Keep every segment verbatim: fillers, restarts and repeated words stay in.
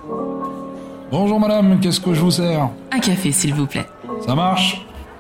Bonjour madame, qu'est-ce que je vous sers? Un café, s'il vous plaît. Ça marche?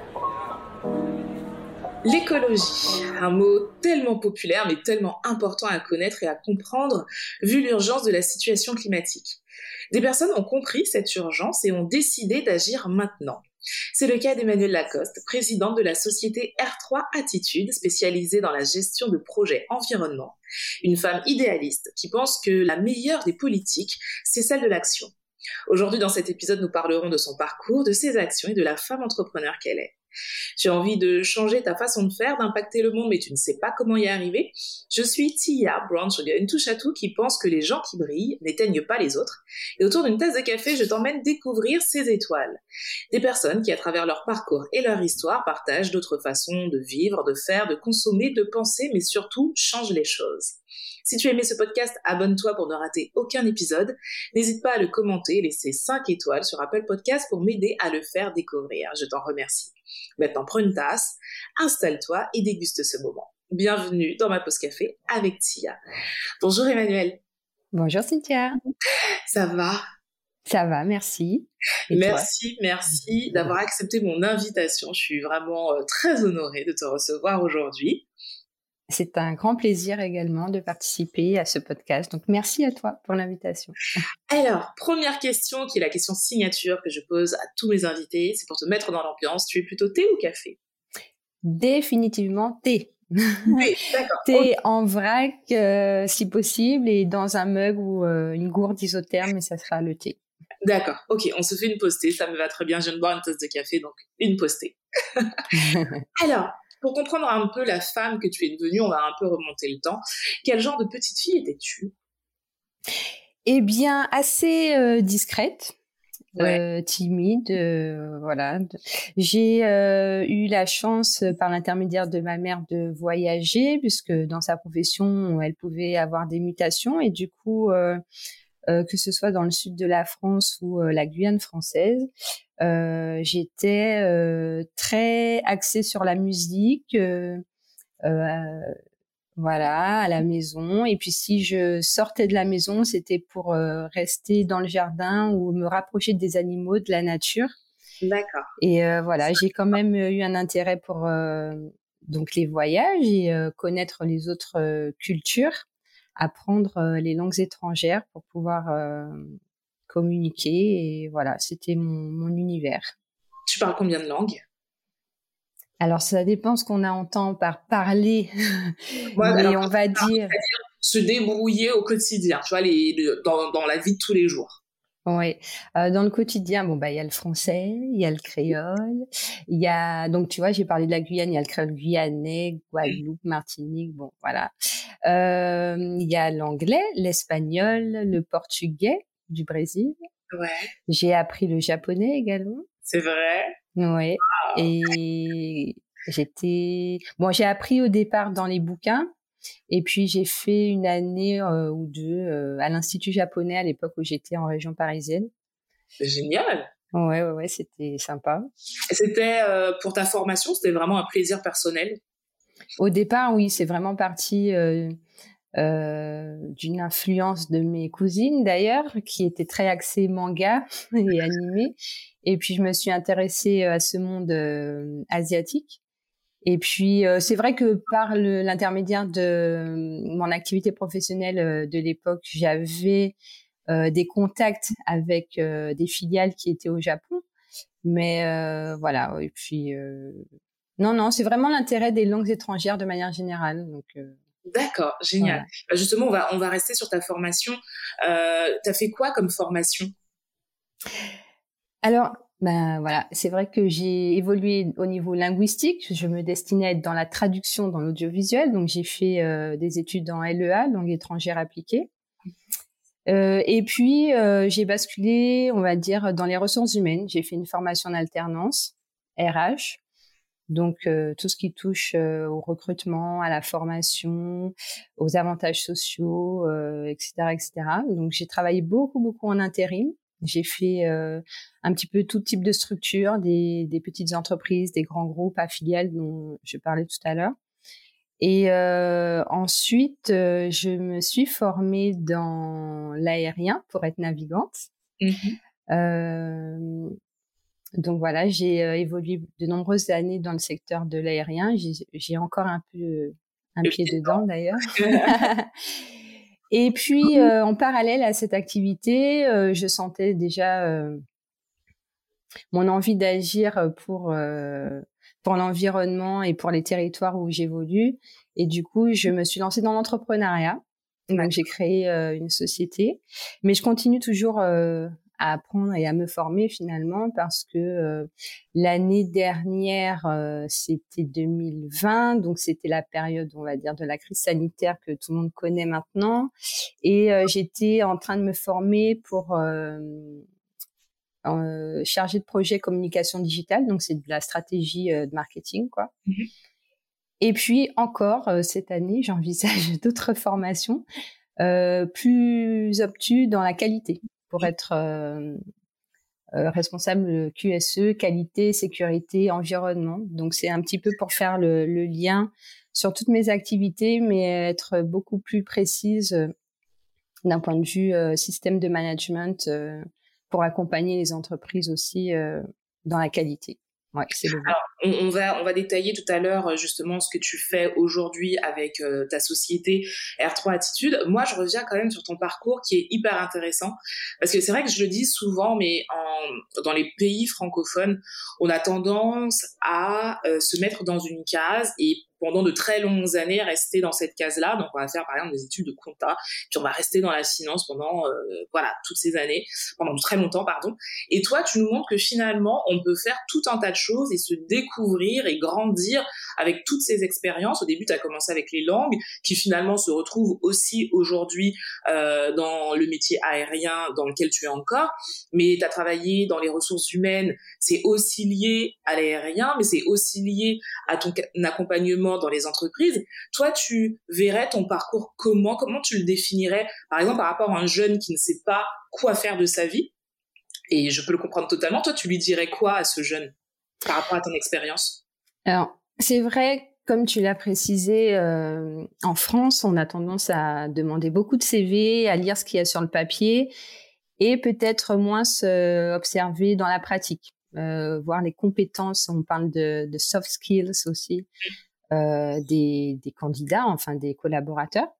L'écologie, un mot tellement populaire mais tellement important à connaître et à comprendre vu l'urgence de la situation climatique. Des personnes ont compris cette urgence et ont décidé d'agir maintenant. C'est le cas d'Emmanuelle Lacoste, présidente de la société R trois Attitude, spécialisée dans la gestion de projets environnement. Une femme idéaliste qui pense que la meilleure des politiques, c'est celle de l'action. Aujourd'hui, dans cet épisode, nous parlerons de son parcours, de ses actions et de la femme entrepreneur qu'elle est. Tu as envie de changer ta façon de faire, d'impacter le monde, mais tu ne sais pas comment y arriver? Je suis Tia Brown Sugar, une touche à tout qui pense que les gens qui brillent n'éteignent pas les autres. Et autour d'une tasse de café, je t'emmène découvrir ces étoiles. Des personnes qui, à travers leur parcours et leur histoire, partagent d'autres façons de vivre, de faire, de consommer, de penser, mais surtout changent les choses. Si tu as aimé ce podcast, abonne-toi pour ne rater aucun épisode. N'hésite pas à le commenter et laisser cinq étoiles sur Apple Podcast pour m'aider à le faire découvrir. Je t'en remercie. Maintenant, prends une tasse, installe-toi et déguste ce moment. Bienvenue dans ma pause café avec Tia. Bonjour Emmanuelle. Bonjour Cynthia. Ça va? Ça va, merci. Et merci, toi? merci d'avoir accepté mon invitation. Je suis vraiment euh, très honorée de te recevoir aujourd'hui. C'est un grand plaisir également de participer à ce podcast. Donc, merci à toi pour l'invitation. Alors, première question, qui est la question signature que je pose à tous mes invités. C'est pour te mettre dans l'ambiance. Tu es plutôt thé ou café? Définitivement thé. Thé, d'accord. Thé okay. en vrac, euh, si possible, et dans un mug ou euh, une gourde isotherme, mais ça sera le thé. D'accord, ok, on se fait une pause thé. Ça me va très bien. Je viens de boire une tasse de café, donc une pause thé. Alors, pour comprendre un peu la femme que tu es devenue, on va un peu remonter le temps. Quel genre de petite fille étais-tu? Eh bien, assez euh, discrète, ouais. euh, timide, euh, voilà. J'ai euh, eu la chance, par l'intermédiaire de ma mère, de voyager, puisque dans sa profession, elle pouvait avoir des mutations. Et du coup, euh, euh, que ce soit dans le sud de la France ou euh, la Guyane française, Euh, j'étais euh, très axée sur la musique, euh, euh, voilà, à la maison. Et puis si je sortais de la maison, c'était pour euh, rester dans le jardin ou me rapprocher des animaux, de la nature. D'accord. Et euh, voilà, j'ai quand même eu un intérêt pour euh, donc les voyages et euh, connaître les autres euh, cultures, apprendre euh, les langues étrangères pour pouvoir euh, communiquer, et voilà, c'était mon, mon univers. Tu parles combien de langues? Alors, ça dépend ce qu'on entend par parler, ouais, mais alors, on va parler, dire... c'est-à-dire se débrouiller au quotidien, tu vois, les, le, dans, dans la vie de tous les jours. Oui, euh, dans le quotidien, bon bah il y a le français, il y a le créole, il y a donc tu vois j'ai parlé de la Guyane, il y a le créole guyanais, Guadeloupe, Martinique, bon voilà. Euh, il y a l'anglais, l'espagnol, le portugais du Brésil. Ouais. J'ai appris le japonais également. C'est vrai. Ouais. Wow. Et j'étais bon, j'ai appris au départ dans les bouquins. Et puis, j'ai fait une année euh, ou deux euh, à l'Institut japonais à l'époque où j'étais en région parisienne. C'est génial. Ouais, ouais, ouais, c'était sympa. Et c'était, euh, pour ta formation, c'était vraiment un plaisir personnel? Au départ, oui, c'est vraiment parti euh, euh, d'une influence de mes cousines, d'ailleurs, qui étaient très axées manga et animé. Et puis, je me suis intéressée à ce monde euh, asiatique. Et puis, euh, c'est vrai que par le, l'intermédiaire de euh, mon activité professionnelle euh, de l'époque, j'avais euh, des contacts avec euh, des filiales qui étaient au Japon. Mais euh, voilà, et puis... Euh, non, non, c'est vraiment l'intérêt des langues étrangères de manière générale. Donc, euh, d'accord, génial. Voilà. Bah justement, on va, on va rester sur ta formation. Euh, tu as fait quoi comme formation? Alors... Ben voilà, c'est vrai que j'ai évolué au niveau linguistique. Je me destinais à être dans la traduction, dans l'audiovisuel, donc j'ai fait euh, des études en L E A, langue étrangère appliquée. Euh, et puis euh, j'ai basculé, on va dire, dans les ressources humaines. J'ai fait une formation en alternance, R H, donc euh, tout ce qui touche euh, au recrutement, à la formation, aux avantages sociaux, euh, et cetera, et cetera. Donc j'ai travaillé beaucoup, beaucoup en intérim. J'ai fait euh, un petit peu tout type de structure, des, des petites entreprises, des grands groupes à filiales dont je parlais tout à l'heure. Et euh, ensuite, euh, je me suis formée dans l'aérien pour être navigante. Mm-hmm. Euh, donc voilà, j'ai euh, évolué de nombreuses années dans le secteur de l'aérien. J'ai, j'ai encore un peu euh, un Le pied pied dedans d'ailleurs. Et puis, euh, en parallèle à cette activité, euh, je sentais déjà euh, mon envie d'agir pour euh, pour l'environnement et pour les territoires où j'évolue. Et du coup, je me suis lancée dans l'entrepreneuriat. Donc, j'ai créé euh, une société, mais je continue toujours euh, à apprendre et à me former finalement parce que euh, l'année dernière, euh, c'était deux mille vingt, donc c'était la période, on va dire, de la crise sanitaire que tout le monde connaît maintenant. Et euh, j'étais en train de me former pour euh, euh, chargée de projet communication digitale, donc c'est de la stratégie euh, de marketing, quoi. Mm-hmm. Et puis encore euh, cette année, j'envisage d'autres formations euh, plus obtus dans la qualité pour être euh, euh, responsable Q S E, qualité, sécurité, environnement. Donc c'est un petit peu pour faire le, le lien sur toutes mes activités, mais être beaucoup plus précise euh, d'un point de vue euh, système de management euh, pour accompagner les entreprises aussi euh, dans la qualité. Ouais, c'est le Alors, on, on va on va détailler tout à l'heure justement ce que tu fais aujourd'hui avec euh, ta société R trois Attitude. Moi, je reviens quand même sur ton parcours qui est hyper intéressant parce que c'est vrai que je le dis souvent, mais en, dans les pays francophones, on a tendance à euh, se mettre dans une case et pendant de très longues années rester dans cette case-là. Donc, on va faire par exemple des études de compta, puis on va rester dans la finance pendant euh, voilà toutes ces années, pendant très longtemps, pardon. Et toi, tu nous montres que finalement, on peut faire tout un tas de choses et se découvrir et grandir avec toutes ces expériences. Au début, tu as commencé avec les langues, qui finalement se retrouvent aussi aujourd'hui euh, dans le métier aérien dans lequel tu es encore. Mais tu as travaillé dans les ressources humaines, c'est aussi lié à l'aérien, mais c'est aussi lié à ton accompagnement dans les entreprises. Toi, tu verrais ton parcours comment? Comment tu le définirais, par exemple, par rapport à un jeune qui ne sait pas quoi faire de sa vie? Et je peux le comprendre totalement. Toi, tu lui dirais quoi à ce jeune par rapport à ton expérience? Alors, c'est vrai, comme tu l'as précisé, euh, en France, on a tendance à demander beaucoup de C V, à lire ce qu'il y a sur le papier et peut-être moins se observer dans la pratique, euh, voir les compétences. On parle de, de soft skills aussi euh, des, des candidats, enfin des collaborateurs.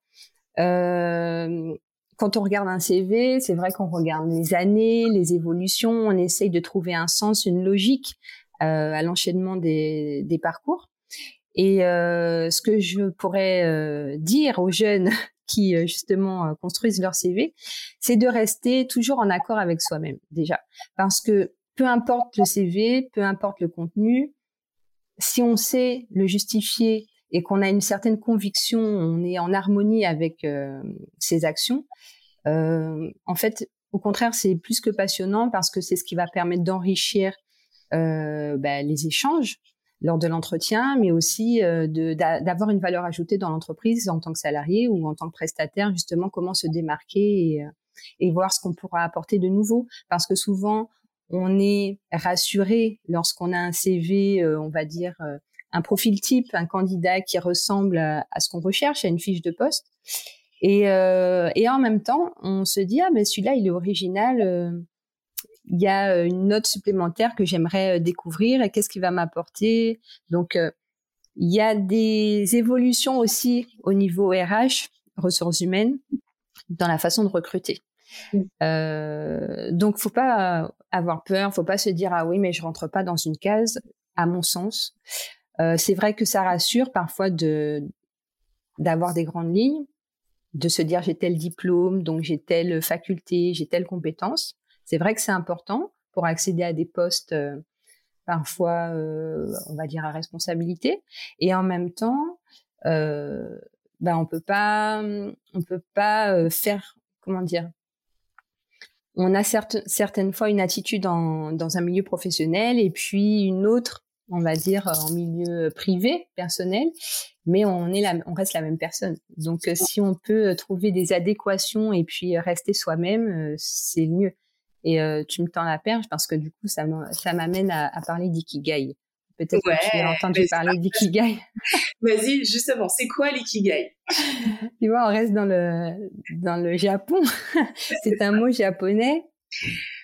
Euh, Quand on regarde un C V, c'est vrai qu'on regarde les années, les évolutions, on essaye de trouver un sens, une logique euh, à l'enchaînement des, des parcours. Et euh, ce que je pourrais euh, dire aux jeunes qui euh, justement euh, construisent leur C V, c'est de rester toujours en accord avec soi-même déjà. Parce que peu importe le C V, peu importe le contenu, si on sait le justifier et qu'on a une certaine conviction, on est en harmonie avec euh, ses actions, euh, en fait, au contraire, c'est plus que passionnant parce que c'est ce qui va permettre d'enrichir euh, bah, les échanges lors de l'entretien, mais aussi euh, de, d'avoir une valeur ajoutée dans l'entreprise en tant que salarié ou en tant que prestataire, justement, comment se démarquer et, et voir ce qu'on pourra apporter de nouveau. Parce que souvent, on est rassuré lorsqu'on a un C V, euh, on va dire, euh, un profil type, un candidat qui ressemble à, à ce qu'on recherche, à une fiche de poste. Et, euh, et en même temps, on se dit, ah, mais celui-là, il est original, euh, il y a une note supplémentaire que j'aimerais découvrir et qu'est-ce qu'il va m'apporter. Donc, euh, il y a des évolutions aussi au niveau R H, ressources humaines, dans la façon de recruter. Mmh. Euh, donc, faut pas avoir peur, faut pas se dire ah oui mais je rentre pas dans une case. À mon sens, euh, c'est vrai que ça rassure parfois de d'avoir des grandes lignes, de se dire j'ai tel diplôme, donc j'ai telle faculté, j'ai telle compétence. C'est vrai que c'est important pour accéder à des postes euh, parfois, euh, on va dire à responsabilité, et en même temps, euh, ben on peut pas, on peut pas euh, faire, comment dire. On a certes, certaines fois une attitude en, dans un milieu professionnel et puis une autre, on va dire, en milieu privé, personnel, mais on, est la, on reste la même personne. Donc, euh, si on peut trouver des adéquations et puis rester soi-même, euh, c'est le mieux. Et euh, tu me tends la perche parce que du coup, ça m'amène à, à parler d'ikigai. Peut-être ouais, que tu as entendu parler d'ikigai. Vas-y, justement, c'est quoi l'ikigai? Tu vois, on reste dans le, dans le Japon. C'est un mot japonais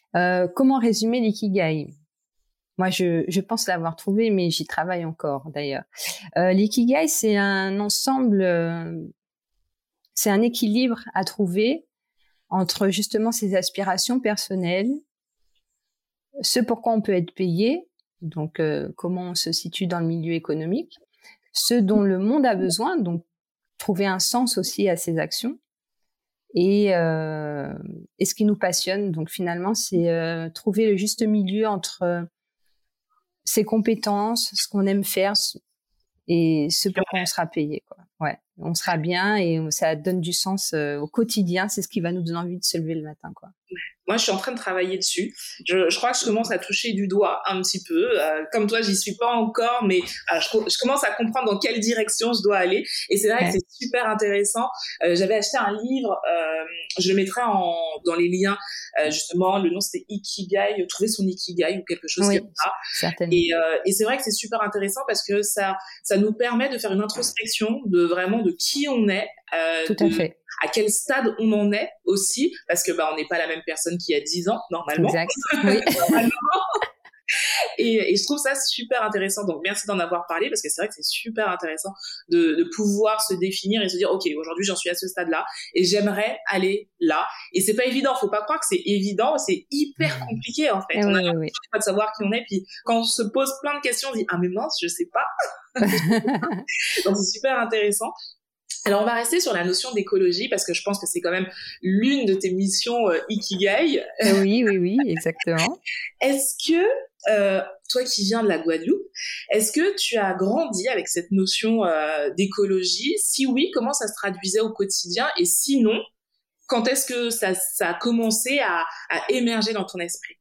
Euh, comment résumer l'ikigai? Moi, je, je pense l'avoir trouvé, mais j'y travaille encore d'ailleurs. Euh, l'ikigai, c'est un ensemble, euh, c'est un équilibre à trouver entre justement ses aspirations personnelles, ce pourquoi on peut être payé, donc euh, comment on se situe dans le milieu économique, ce dont le monde a besoin, donc trouver un sens aussi à ses actions, et, euh, et ce qui nous passionne. Donc finalement, c'est euh, trouver le juste milieu entre euh, ses compétences, ce qu'on aime faire et ce pour quoi on sera payé, quoi. Ouais, on sera bien et ça donne du sens euh, au quotidien. C'est ce qui va nous donner envie de se lever le matin, quoi. Moi, je suis en train de travailler dessus. Je, je crois que je commence à toucher du doigt un petit peu. Euh, comme toi, j'y suis pas encore, mais euh, je, je commence à comprendre dans quelle direction je dois aller. Et c'est vrai ouais. que c'est super intéressant. Euh, j'avais acheté un livre, euh, je le mettrai en, dans les liens, euh, justement. Le nom, c'était Ikigai, trouver son Ikigai ou quelque chose oui, comme ça. Certainement. Et, euh, et c'est vrai que c'est super intéressant parce que ça, ça nous permet de faire une introspection de vraiment de qui on est. Euh, Tout de, à fait. À quel stade on en est aussi, parce que bah on n'est pas la même personne qu'il y a dix ans normalement. Exact. Oui. normalement. Et, et je trouve ça super intéressant. Donc merci d'en avoir parlé parce que c'est vrai que c'est super intéressant de, de pouvoir se définir et se dire ok, aujourd'hui j'en suis à ce stade-là et j'aimerais aller là. Et c'est pas évident. Faut pas croire que c'est évident. C'est hyper compliqué en fait. Et on oui, a l'impression oui. de savoir qui on est. Puis quand on se pose plein de questions, on se dit ah mais mince, je sais pas. Donc c'est super intéressant. Alors, on va rester sur la notion d'écologie parce que je pense que c'est quand même l'une de tes missions euh, Ikigai. Oui, oui, oui, exactement. Est-ce que, euh, toi qui viens de la Guadeloupe, est-ce que tu as grandi avec cette notion euh, d'écologie? Si oui, comment ça se traduisait au quotidien? Et sinon, quand est-ce que ça, ça a commencé à, à émerger dans ton esprit?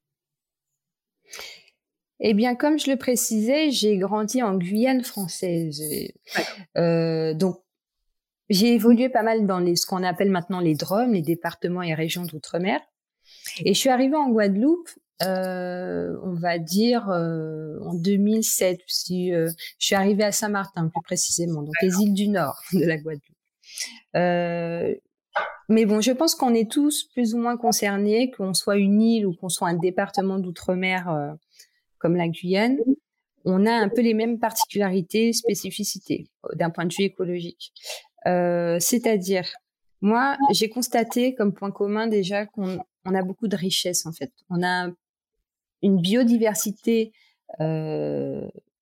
Eh bien, comme je le précisais, j'ai grandi en Guyane française. Euh, donc, j'ai évolué pas mal dans les, ce qu'on appelle maintenant les D R O M, les départements et régions d'outre-mer. Et je suis arrivée en Guadeloupe, euh, on va dire euh, en deux mille sept. Si, euh, je suis arrivée à Saint-Martin, plus précisément, donc les îles du nord de la Guadeloupe. Euh, mais bon, je pense qu'on est tous plus ou moins concernés, qu'on soit une île ou qu'on soit un département d'outre-mer euh, comme la Guyane. On a un peu les mêmes particularités, spécificités d'un point de vue écologique. Euh, c'est-à-dire, moi, j'ai constaté comme point commun déjà qu'on on a beaucoup de richesses en fait. On a une biodiversité euh,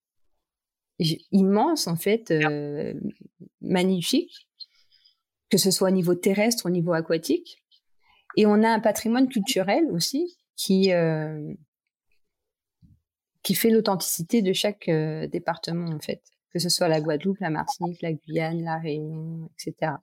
immense en fait, euh, magnifique, que ce soit au niveau terrestre, au niveau aquatique, et on a un patrimoine culturel aussi qui euh, qui fait l'authenticité de chaque euh, département en fait. Que ce soit la Guadeloupe, la Martinique, la Guyane, la Réunion, et cetera.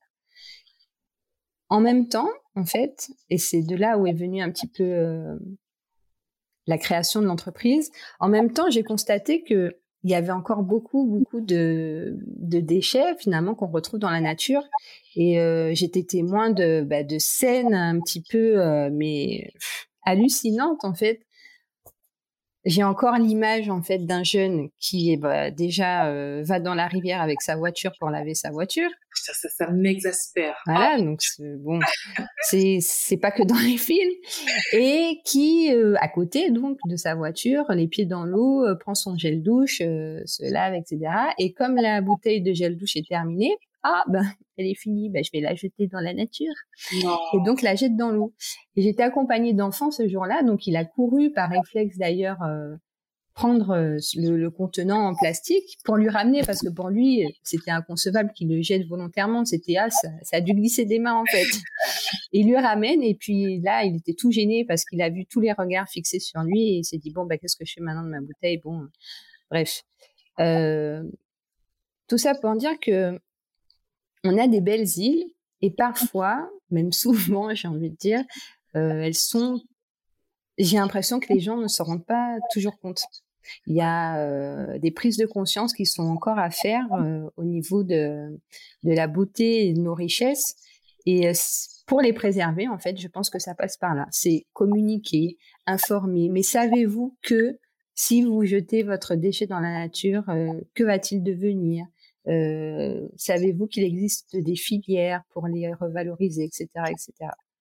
En même temps, en fait, et c'est de là où est venue un petit peu euh, la création de l'entreprise, en même temps, j'ai constaté que il y avait encore beaucoup, beaucoup de, de déchets finalement qu'on retrouve dans la nature. Et euh, j'étais témoin de, bah, de scènes un petit peu, euh, mais pff, hallucinantes en fait. J'ai encore l'image en fait d'un jeune qui bah, déjà euh, va dans la rivière avec sa voiture pour laver sa voiture. Ça, ça, ça m'exaspère. Voilà, donc c'est, bon, c'est c'est pas que dans les films. Et qui euh, à côté donc de sa voiture, les pieds dans l'eau, euh, prend son gel douche, euh, se lave, et cetera. Et comme la bouteille de gel douche est terminée, ah ben elle est finie, ben je vais la jeter dans la nature. Non. Et donc la jette dans l'eau. Et j'étais accompagnée d'enfants ce jour-là, donc il a couru par réflexe d'ailleurs euh, prendre euh, le, le contenant en plastique pour lui ramener, parce que pour lui c'était inconcevable qu'il le jette volontairement. C'était ah ça, ça a dû glisser des mains en fait. Et il lui ramène, et puis là il était tout gêné parce qu'il a vu tous les regards fixés sur lui et il s'est dit bon ben qu'est-ce que je fais maintenant de ma bouteille. Bon bref, euh, tout ça pour dire que on a des belles îles et parfois, même souvent, j'ai envie de dire, euh, elles sont. J'ai l'impression que les gens ne se rendent pas toujours compte. Il y a euh, des prises de conscience qui sont encore à faire euh, au niveau de de la beauté et de nos richesses. Et euh, pour les préserver, en fait, je pense que ça passe par là. C'est communiquer, informer. Mais savez-vous que si vous jetez votre déchet dans la nature, euh, que va-t-il devenir ? Euh, savez-vous qu'il existe des filières pour les revaloriser, et cetera, et cetera.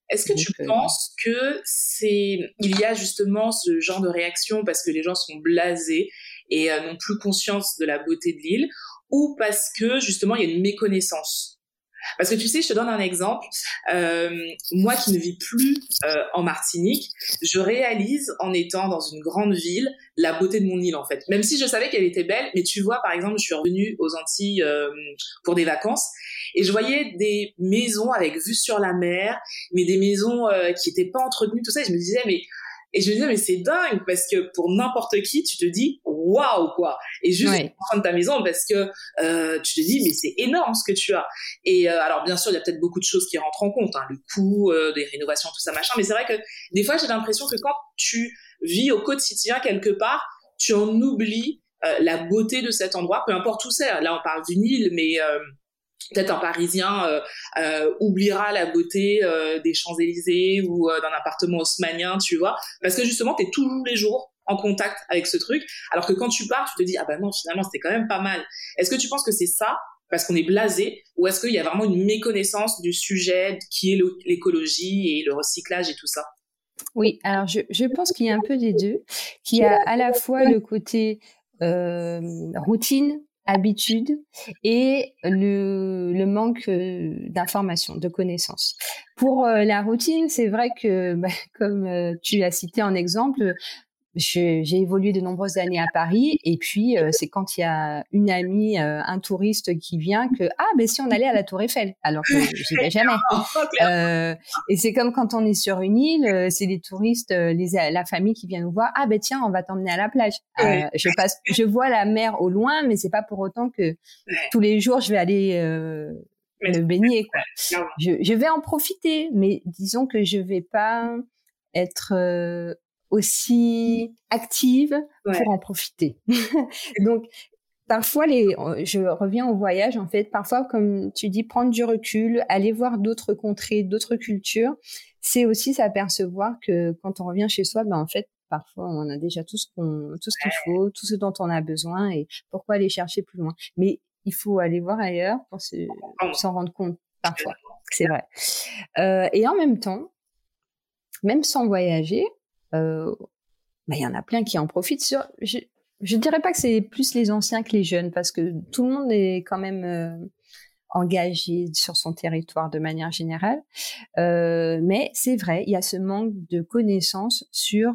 Est-ce que Donc, tu euh, penses que c'est, il y a justement ce genre de réaction parce que les gens sont blasés et euh, n'ont plus conscience de la beauté de l'île, ou parce que justement il y a une méconnaissance? Parce que tu sais, je te donne un exemple. Euh, moi qui ne vis plus euh, en Martinique, je réalise en étant dans une grande ville la beauté de mon île en fait. Même si je savais qu'elle était belle, mais tu vois, par exemple, je suis revenue aux Antilles euh, pour des vacances et je voyais des maisons avec vue sur la mer, mais des maisons euh, qui étaient pas entretenues, tout ça. Et je me disais, mais et je me disais, mais c'est dingue parce que pour n'importe qui, tu te dis waouh quoi. Et juste ouais. en train de ta maison parce que euh, tu te dis mais c'est énorme ce que tu as. Et euh, alors bien sûr, il y a peut-être beaucoup de choses qui rentrent en compte, hein, le coût euh, des rénovations, tout ça machin. Mais c'est vrai que des fois, j'ai l'impression que quand tu vis au quotidien quelque part, tu en oublies euh, la beauté de cet endroit, peu importe où c'est. Là, on parle d'une île, mais euh, peut-être un Parisien euh, euh, oubliera la beauté euh, des Champs-Élysées ou euh, d'un appartement haussmannien, tu vois, parce que justement, t'es tous les jours en contact avec ce truc, alors que quand tu pars, tu te dis, ah bah non, finalement, c'était quand même pas mal. Est-ce que tu penses que c'est ça, parce qu'on est blasé, ou est-ce qu'il y a vraiment une méconnaissance du sujet qui est l'écologie et le recyclage et tout ça? Oui, alors je, je pense qu'il y a un peu des deux, qu'il y a à la fois le côté euh, routine, habitude et le, le manque euh, d'information, de connaissances. Pour euh, la routine, c'est vrai que, bah, comme euh, tu l'as cité en exemple, je, j'ai évolué de nombreuses années à Paris et puis euh, c'est quand il y a une amie, euh, un touriste qui vient que ah ben si on allait à la Tour Eiffel alors que j'y vais jamais. Euh, et c'est comme quand on est sur une île, euh, c'est les touristes, euh, les, la famille qui vient nous voir. Ah ben tiens, on va t'emmener à la plage. Euh, je passe, je vois la mer au loin, mais c'est pas pour autant que tous les jours je vais aller euh, me baigner quoi. Je, je vais en profiter, mais disons que je vais pas être euh, aussi active Ouais. pour en profiter. Donc, parfois, les, je reviens au voyage, en fait, parfois, comme tu dis, prendre du recul, aller voir d'autres contrées, d'autres cultures, c'est aussi s'apercevoir que quand on revient chez soi, ben, en fait, parfois, on a déjà tout ce qu'on, tout ce qu'il faut, tout ce dont on a besoin et pourquoi aller chercher plus loin. Mais il faut aller voir ailleurs pour se, pour s'en rendre compte, parfois. C'est vrai. Euh, et en même temps, même sans voyager, euh, bah, y en a plein qui en profitent sur, je, je dirais pas que c'est plus les anciens que les jeunes parce que tout le monde est quand même euh, engagé sur son territoire de manière générale. Euh, mais c'est vrai, il y a ce manque de connaissances sur,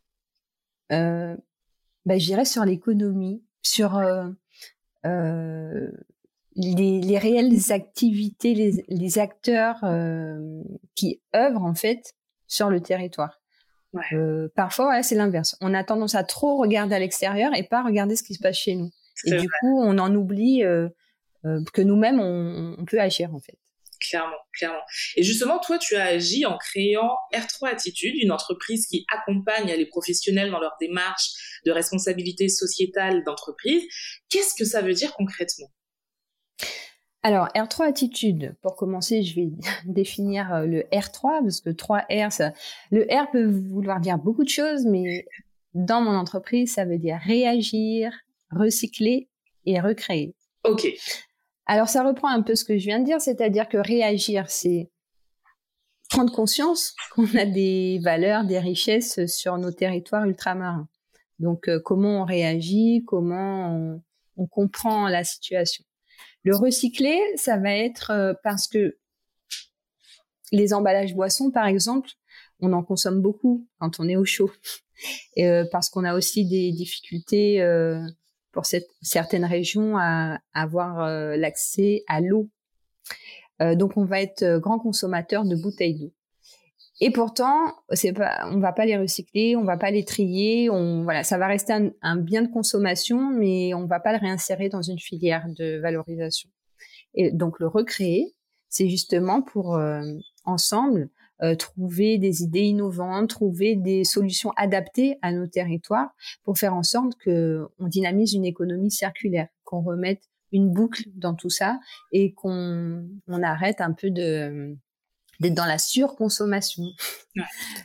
euh, bah, je dirais sur l'économie, sur euh, euh, les, les réelles activités, les, les acteurs euh, qui œuvrent en fait sur le territoire. Ouais. Euh, parfois, ouais, c'est l'inverse. On a tendance à trop regarder à l'extérieur et pas regarder ce qui se passe chez nous. C'est et vrai. Du coup, on en oublie euh, euh, que nous-mêmes, on, on peut agir en fait. Clairement, clairement. Et justement, toi, tu as agi en créant R trois Attitude, une entreprise qui accompagne les professionnels dans leur démarche de responsabilité sociétale d'entreprise. Qu'est-ce que ça veut dire concrètement ? Alors, R trois Attitude, pour commencer, je vais définir le R trois, parce que trois R, ça, le R peut vouloir dire beaucoup de choses, mais dans mon entreprise, ça veut dire réagir, recycler et recréer. Ok. Alors, ça reprend un peu ce que je viens de dire, c'est-à-dire que réagir, c'est prendre conscience qu'on a des valeurs, des richesses sur nos territoires ultramarins. Donc, euh, comment on réagit, comment on, on comprend la situation. Le recycler, ça va être euh, parce que les emballages boissons, par exemple, on en consomme beaucoup quand on est au chaud. Et, euh, parce qu'on a aussi des difficultés euh, pour cette, certaines régions à, à avoir euh, l'accès à l'eau. Euh, donc, on va être grand consommateur de bouteilles d'eau. Et pourtant, c'est pas, on va pas les recycler, on va pas les trier, on, voilà, ça va rester un, un bien de consommation, mais on va pas le réinsérer dans une filière de valorisation. Et donc, le recréer, c'est justement pour, euh, ensemble, euh, trouver des idées innovantes, trouver des solutions adaptées à nos territoires pour faire en sorte que on dynamise une économie circulaire, qu'on remette une boucle dans tout ça et qu'on on arrête un peu de d'être dans la surconsommation, ouais.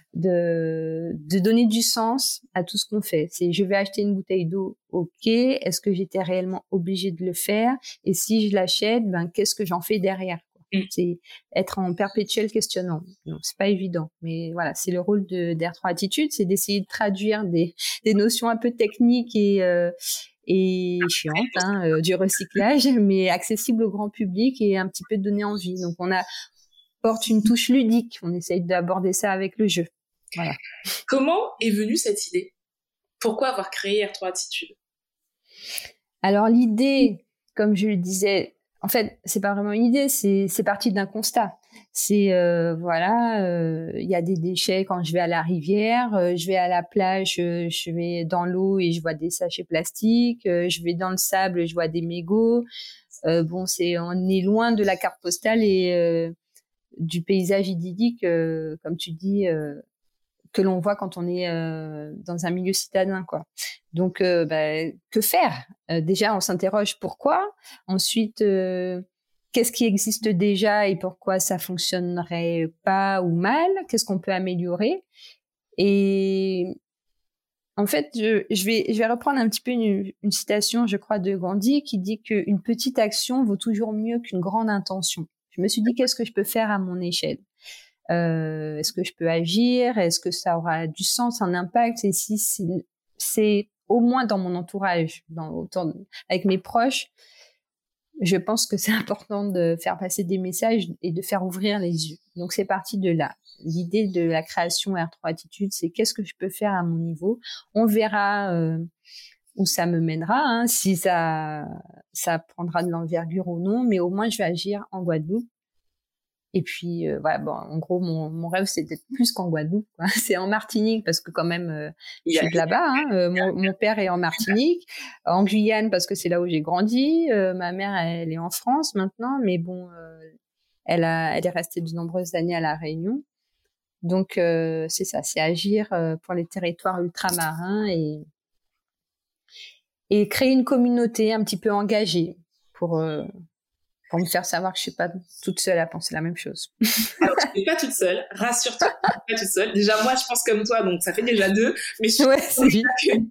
de, de donner du sens à tout ce qu'on fait. C'est je vais acheter une bouteille d'eau, ok, est-ce que j'étais réellement obligée de le faire? Et si je l'achète, ben qu'est-ce que j'en fais derrière, quoi. Mm. C'est être en perpétuel questionnement. Donc, c'est pas évident. Mais voilà, c'est le rôle de, d'R trois Attitude, c'est d'essayer de traduire des, des notions un peu techniques et, euh, et chiantes, hein, euh, du recyclage, mais accessibles au grand public et un petit peu de donner envie. Donc, on a, porte une touche ludique. On essaye d'aborder ça avec le jeu. Voilà. Comment est venue cette idée? Pourquoi avoir créé R trois Attitude? Alors l'idée, comme je le disais, en fait, c'est pas vraiment une idée, c'est c'est parti d'un constat. C'est euh, voilà, il euh, y a des déchets quand je vais à la rivière, euh, je vais à la plage, euh, je vais dans l'eau et je vois des sachets plastiques, euh, je vais dans le sable, je vois des mégots. Euh, bon, c'est on est loin de la carte postale et euh, du paysage idyllique, euh, comme tu dis. Euh, que l'on voit quand on est euh, dans un milieu citadin, quoi. Donc, euh, bah, que faire? euh, Déjà, on s'interroge pourquoi. Ensuite, euh, qu'est-ce qui existe déjà et pourquoi ça fonctionnerait pas ou mal? Qu'est-ce qu'on peut améliorer? Et en fait, je, je vais je vais reprendre un petit peu une, une citation, je crois, de Gandhi qui dit qu'une petite action vaut toujours mieux qu'une grande intention. Je me suis dit, qu'est-ce que je peux faire à mon échelle? Euh, est-ce que je peux agir? Est-ce que ça aura du sens, un impact? Et si c'est, c'est au moins dans mon entourage, dans, autant, avec mes proches, je pense que c'est important de faire passer des messages et de faire ouvrir les yeux. Donc, c'est parti de là. L'idée de la création R trois Attitude, c'est qu'est-ce que je peux faire à mon niveau? On verra euh, où ça me mènera, hein, si ça, ça prendra de l'envergure ou non, mais au moins, je vais agir en Guadeloupe. Et puis, euh, voilà, bon, en gros, mon, mon rêve, c'est d'être plus qu'en Guadeloupe, quoi. C'est en Martinique, parce que quand même, euh, je suis de là-bas. Hein. Euh, mon, mon père est en Martinique, en Guyane, parce que c'est là où j'ai grandi. Euh, ma mère, elle est en France maintenant, mais bon, euh, elle, a, elle est restée de nombreuses années à La Réunion. Donc, euh, c'est ça, c'est agir euh, pour les territoires ultramarins et, et créer une communauté un petit peu engagée pour... Euh, pour me faire savoir que je suis pas toute seule à penser la même chose. Alors, tu n'es pas toute seule, rassure-toi, tu n'es pas toute seule. Déjà, moi, je pense comme toi, donc ça fait déjà deux. Mais je ouais, c'est vite.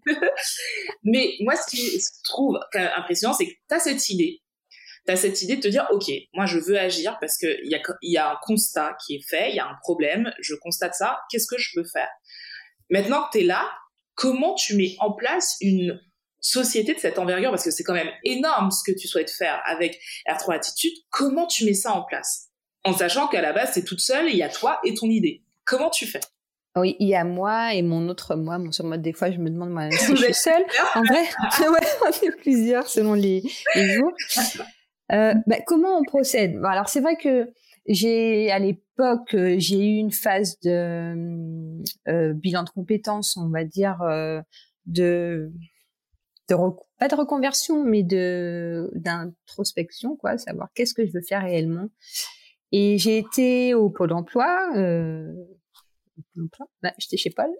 Mais moi, ce qui je trouve impressionnant, c'est que tu as cette idée. Tu as cette idée de te dire, OK, moi, je veux agir parce qu'il y a, y a un constat qui est fait, il y a un problème, je constate ça, qu'est-ce que je peux faire? Maintenant que tu es là, comment tu mets en place une société de cette envergure, parce que c'est quand même énorme ce que tu souhaites faire avec R trois Attitude, comment tu mets ça en place? En sachant qu'à la base, c'est toute seule, il y a toi et ton idée. Comment tu fais? Oui, il y a moi et mon autre moi, mon surmode. Des fois, je me demande moi, si je suis seule. En vrai, ouais, on est plusieurs selon les, les jours. Euh, bah, comment on procède? Bon, alors, c'est vrai que j'ai, à l'époque, j'ai eu une phase de euh, bilan de compétences, on va dire, euh, de... de rec- pas de reconversion, mais de d'introspection, quoi, savoir qu'est-ce que je veux faire réellement. Et j'ai été au Pôle emploi, euh, Pôle emploi, là, j'étais chez Paul,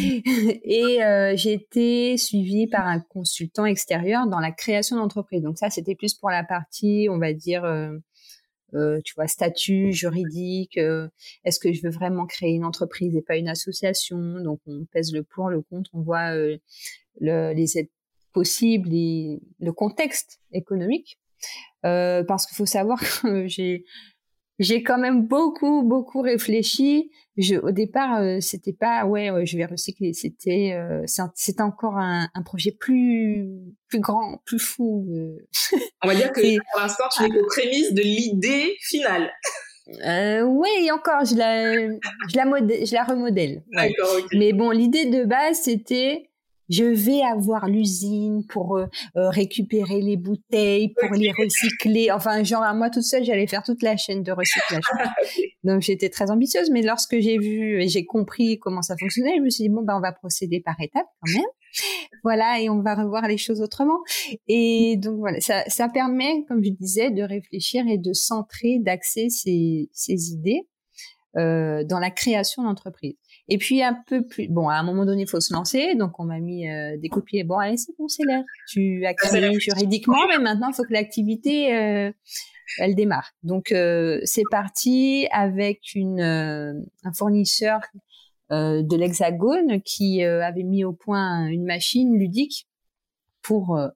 et euh, j'ai été suivie par un consultant extérieur dans la création d'entreprise. Donc ça, c'était plus pour la partie, on va dire, euh, euh, tu vois, statut juridique. Euh, est-ce que je veux vraiment créer une entreprise et pas une association? Donc on pèse le pour, le contre, on voit euh, le, les aides possible et le contexte économique, euh, parce qu'il faut savoir que j'ai j'ai quand même beaucoup beaucoup réfléchi. Je, au départ, euh, c'était pas ouais, ouais je vais recycler. C'était euh, c'était encore un, un projet plus plus grand, plus fou. Euh. On va dire que pour l'instant, tu n'es qu'aux prémices de l'idée finale. Euh, oui, et encore, je la je la modèle, je la remodèle. Ouais. D'accord, okay. Mais bon, l'idée de base, c'était je vais avoir l'usine pour euh, euh, récupérer les bouteilles, pour okay. les recycler. Enfin, genre, à moi toute seule, j'allais faire toute la chaîne de recyclage. Okay. Donc, j'étais très ambitieuse. Mais lorsque j'ai vu et j'ai compris comment ça fonctionnait, je me suis dit, bon, ben, on va procéder par étapes quand même. Voilà, et on va revoir les choses autrement. Et donc, voilà, ça, ça permet, comme je disais, de réfléchir et de centrer, d'axer ces, ces idées euh, dans la création d'entreprise. Et puis un peu plus, bon, à un moment donné, il faut se lancer, donc on m'a mis euh, des copiers. Bon, allez, c'est bon, c'est l'air. Tu as créé juridiquement, mais maintenant, il faut que l'activité, euh, elle démarre. Donc, euh, c'est parti avec une euh, un fournisseur euh, de l'Hexagone qui euh, avait mis au point une machine ludique pour euh,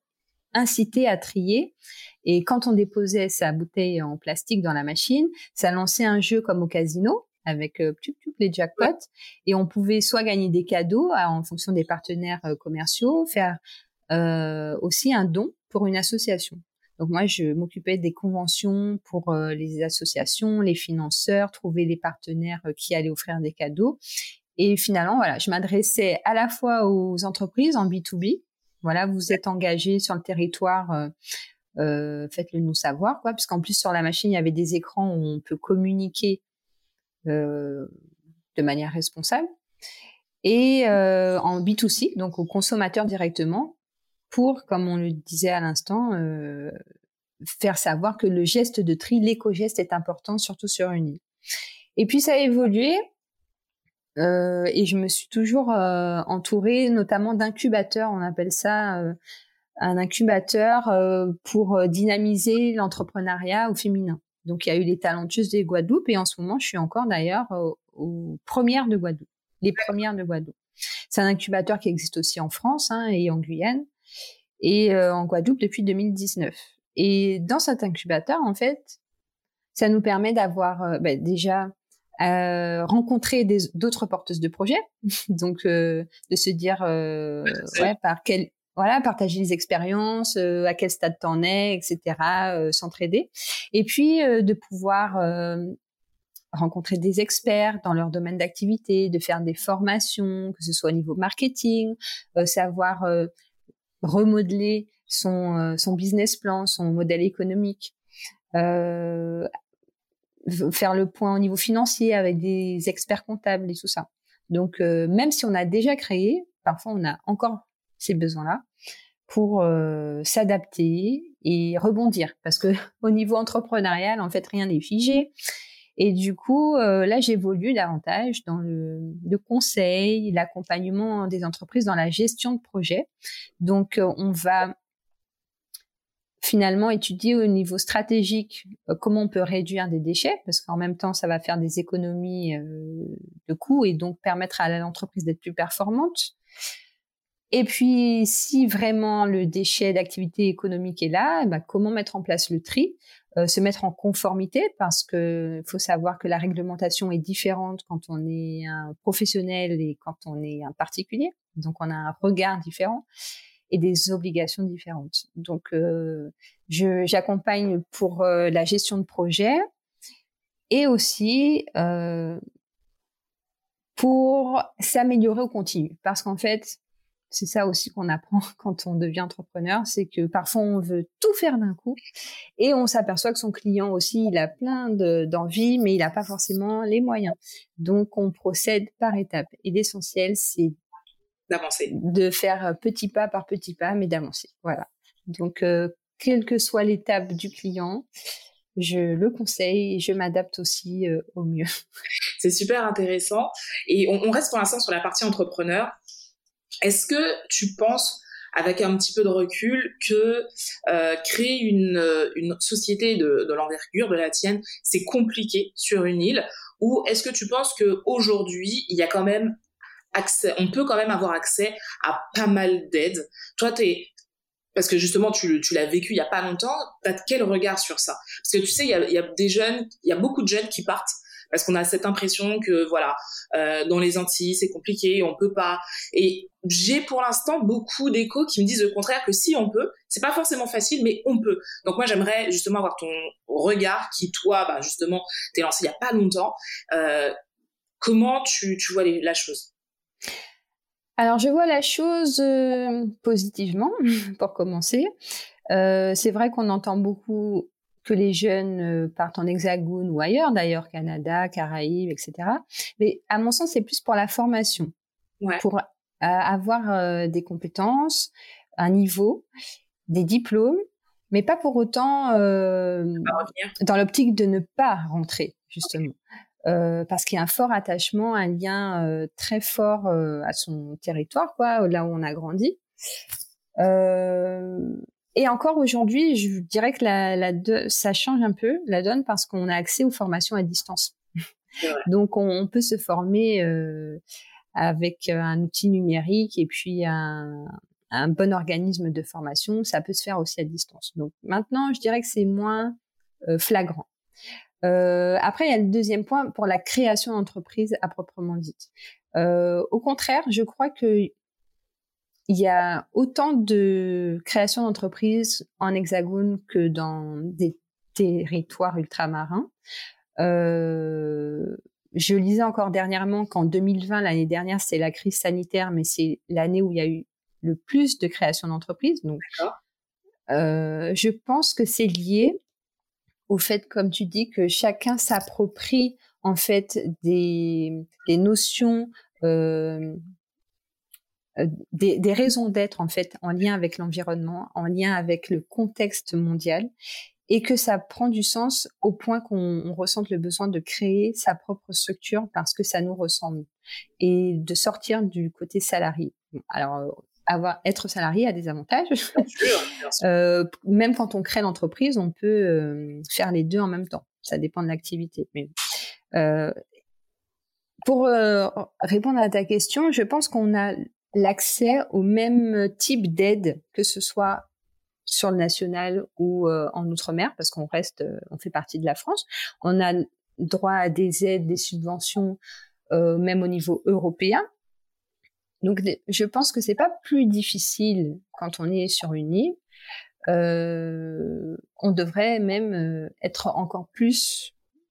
inciter à trier. Et quand on déposait sa bouteille en plastique dans la machine, ça lançait un jeu comme au casino avec euh, les jackpots. Et on pouvait soit gagner des cadeaux à, en fonction des partenaires euh, commerciaux, faire euh, aussi un don pour une association. Donc moi, je m'occupais des conventions pour euh, les associations, les financeurs, trouver les partenaires euh, qui allaient offrir des cadeaux. Et finalement, voilà, je m'adressais à la fois aux entreprises en B deux B. Voilà, vous êtes engagés sur le territoire, euh, euh, faites-le nous savoir, quoi. Parce qu'en plus, sur la machine, il y avait des écrans où on peut communiquer euh, de manière responsable. Et euh, en B deux C, donc aux consommateurs directement, pour, comme on le disait à l'instant, euh, faire savoir que le geste de tri, l'éco-geste est important, surtout sur une île. Et puis, ça a évolué. Euh, et je me suis toujours euh, entourée, notamment d'incubateurs. On appelle ça euh, un incubateur euh, pour dynamiser l'entrepreneuriat au féminin. Donc, il y a eu les talentueuses de Guadeloupe et en ce moment, je suis encore d'ailleurs aux, aux premières de Guadeloupe, les premières de Guadeloupe. C'est un incubateur qui existe aussi en France hein, et en Guyane et euh, en Guadeloupe depuis deux mille dix-neuf. Et dans cet incubateur, en fait, ça nous permet d'avoir euh, bah, déjà Euh, rencontrer des, d'autres porteuses de projets, donc euh, de se dire euh, ouais, par quel voilà partager les expériences, euh, à quel stade t'en es, et cetera. Euh, s'entraider et puis euh, de pouvoir euh, rencontrer des experts dans leur domaine d'activité, de faire des formations, que ce soit au niveau marketing, euh, savoir euh, remodeler son euh, son business plan, son modèle économique. Euh, faire le point au niveau financier avec des experts comptables et tout ça. Donc, euh, même si on a déjà créé, parfois on a encore ces besoins-là pour euh, s'adapter et rebondir. Parce que au niveau entrepreneurial, en fait, rien n'est figé. Et du coup, euh, là, j'évolue davantage dans le, le conseil, l'accompagnement des entreprises dans la gestion de projets. Donc, euh, on va finalement étudier au niveau stratégique euh, comment on peut réduire des déchets, parce qu'en même temps, ça va faire des économies euh, de coûts et donc permettre à l'entreprise d'être plus performante. Et puis, si vraiment le déchet d'activité économique est là, eh ben, comment mettre en place le tri, euh, se mettre en conformité, parce que faut savoir que la réglementation est différente quand on est un professionnel et quand on est un particulier. Donc, on a un regard différent et des obligations différentes. Donc, euh, je, j'accompagne pour euh, la gestion de projet et aussi euh, pour s'améliorer au continu. Parce qu'en fait, c'est ça aussi qu'on apprend quand on devient entrepreneur, c'est que parfois on veut tout faire d'un coup et on s'aperçoit que son client aussi, il a plein de, d'envie, mais il n'a pas forcément les moyens. Donc, on procède par étapes. Et l'essentiel, c'est d'avancer, de faire petit pas par petit pas, mais d'avancer. Voilà. Donc, euh, quelle que soit l'étape du client, je le conseille et je m'adapte aussi euh, au mieux. C'est super intéressant. Et on, on reste pour l'instant sur la partie entrepreneur. Est-ce que tu penses, avec un petit peu de recul, que euh, créer une, une société de, de l'envergure de la tienne, c'est compliqué sur une île? Ou est-ce que tu penses qu'aujourd'hui, il y a quand même accès, on peut quand même avoir accès à pas mal d'aides? Toi, t'es, parce que justement, tu, tu l'as vécu il y a pas longtemps, t'as quel regard sur ça? Parce que tu sais, il y a, il y a des jeunes, il y a beaucoup de jeunes qui partent parce qu'on a cette impression que voilà, euh, dans les Antilles, c'est compliqué, on peut pas. Et j'ai pour l'instant beaucoup d'échos qui me disent le contraire, que si on peut, c'est pas forcément facile, mais on peut. Donc moi, j'aimerais justement avoir ton regard, qui toi, bah justement, t'es lancé il y a pas longtemps. Euh, comment tu, tu vois les, la chose? Alors, je vois la chose euh, positivement, pour commencer. Euh, c'est vrai qu'on entend beaucoup que les jeunes euh, partent en hexagone ou ailleurs, d'ailleurs, Canada, Caraïbes, et cetera. Mais à mon sens, c'est plus pour la formation, ouais. pour euh, avoir euh, des compétences, un niveau, des diplômes, mais pas pour autant euh, dans l'optique de ne pas rentrer, justement. Euh, parce qu'il y a un fort attachement, un lien euh, très fort euh, à son territoire, quoi, là où on a grandi. Euh, et encore aujourd'hui, je dirais que la, la de, ça change un peu la donne parce qu'on a accès aux formations à distance. Donc, on, on peut se former euh, avec un outil numérique et puis un, un bon organisme de formation, ça peut se faire aussi à distance. Donc maintenant, je dirais que c'est moins euh, flagrant. Euh, après, il y a le deuxième point pour la création d'entreprise à proprement dite. Euh, au contraire, je crois que il y a autant de création d'entreprises en hexagone que dans des territoires ultramarins. Euh, je lisais encore dernièrement qu'en deux mille vingt, l'année dernière, c'est la crise sanitaire, mais c'est l'année où il y a eu le plus de création d'entreprises. Donc, euh, je pense que c'est lié au fait, comme tu dis, que chacun s'approprie en fait des, des notions, euh, des, des raisons d'être en fait en lien avec l'environnement, en lien avec le contexte mondial, et que ça prend du sens au point qu'on on ressente le besoin de créer sa propre structure parce que ça nous ressemble et de sortir du côté salarié. Alors, avoir être salarié a des avantages. Bien sûr, bien sûr. Euh, même quand on crée l'entreprise, on peut euh, faire les deux en même temps. Ça dépend de l'activité. Mais euh, pour euh, répondre à ta question, je pense qu'on a l'accès au même type d'aide, que ce soit sur le national ou euh, en outre-mer, parce qu'on reste, euh, on fait partie de la France. On a droit à des aides, des subventions, euh, même au niveau européen. Donc, je pense que c'est pas plus difficile quand on est sur une île. Euh, on devrait même euh, être encore plus.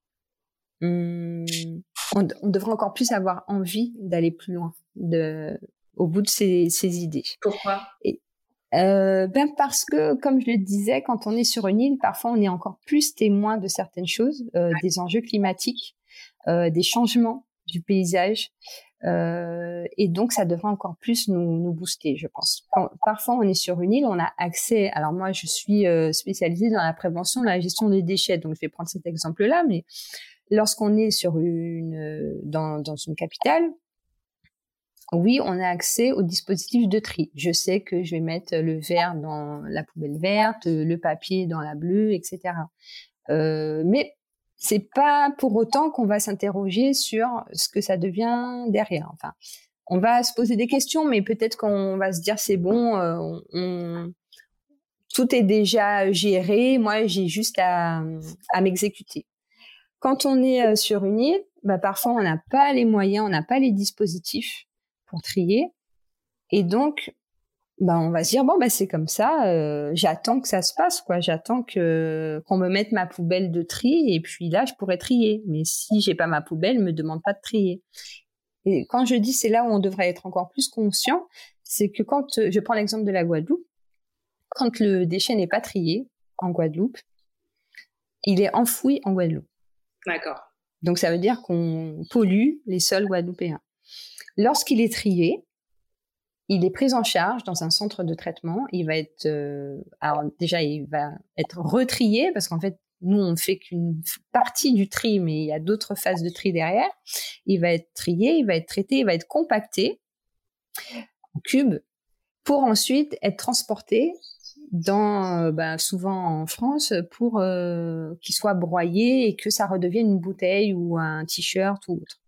Hum, on, on devrait encore plus avoir envie d'aller plus loin, de, au bout de ces, ces idées. Pourquoi ? Et, euh, ben parce que, comme je le disais, quand on est sur une île, parfois on est encore plus témoin de certaines choses, euh, des enjeux climatiques, euh, des changements du paysage. Euh, et donc, ça devrait encore plus nous, nous booster, je pense. Quand, parfois, on est sur une île, on a accès... Alors moi, je suis euh, spécialisée dans la prévention, la gestion des déchets, donc je vais prendre cet exemple-là, mais lorsqu'on est sur une, dans, dans une capitale, oui, on a accès aux dispositifs de tri. Je sais que je vais mettre le verre dans la poubelle verte, le papier dans la bleue, et cetera. Euh, mais c'est pas pour autant qu'on va s'interroger sur ce que ça devient derrière. Enfin, on va se poser des questions, mais peut-être qu'on va se dire c'est bon, euh, on, on, tout est déjà géré. Moi, j'ai juste à, à m'exécuter. Quand on est sur une île, bah, parfois on n'a pas les moyens, on n'a pas les dispositifs pour trier, et donc bah, on va se dire bon bah c'est comme ça, euh, j'attends que ça se passe quoi, j'attends que qu'on me mette ma poubelle de tri et puis là je pourrais trier. Mais si j'ai pas ma poubelle, me demande pas de trier. Et quand je dis c'est là où on devrait être encore plus conscient, c'est que quand je prends l'exemple de la Guadeloupe, quand le déchet n'est pas trié en Guadeloupe, il est enfoui en Guadeloupe. D'accord. Donc ça veut dire qu'on pollue les sols guadeloupéens. Lorsqu'il est trié, il est pris en charge dans un centre de traitement. Il va être, euh, alors déjà, il va être retrié parce qu'en fait, nous, on fait qu'une partie du tri, mais il y a d'autres phases de tri derrière. Il va être trié, il va être traité, il va être compacté en cubes pour ensuite être transporté dans, ben, souvent en France, pour euh, qu'il soit broyé et que ça redevienne une bouteille ou un t-shirt ou autre.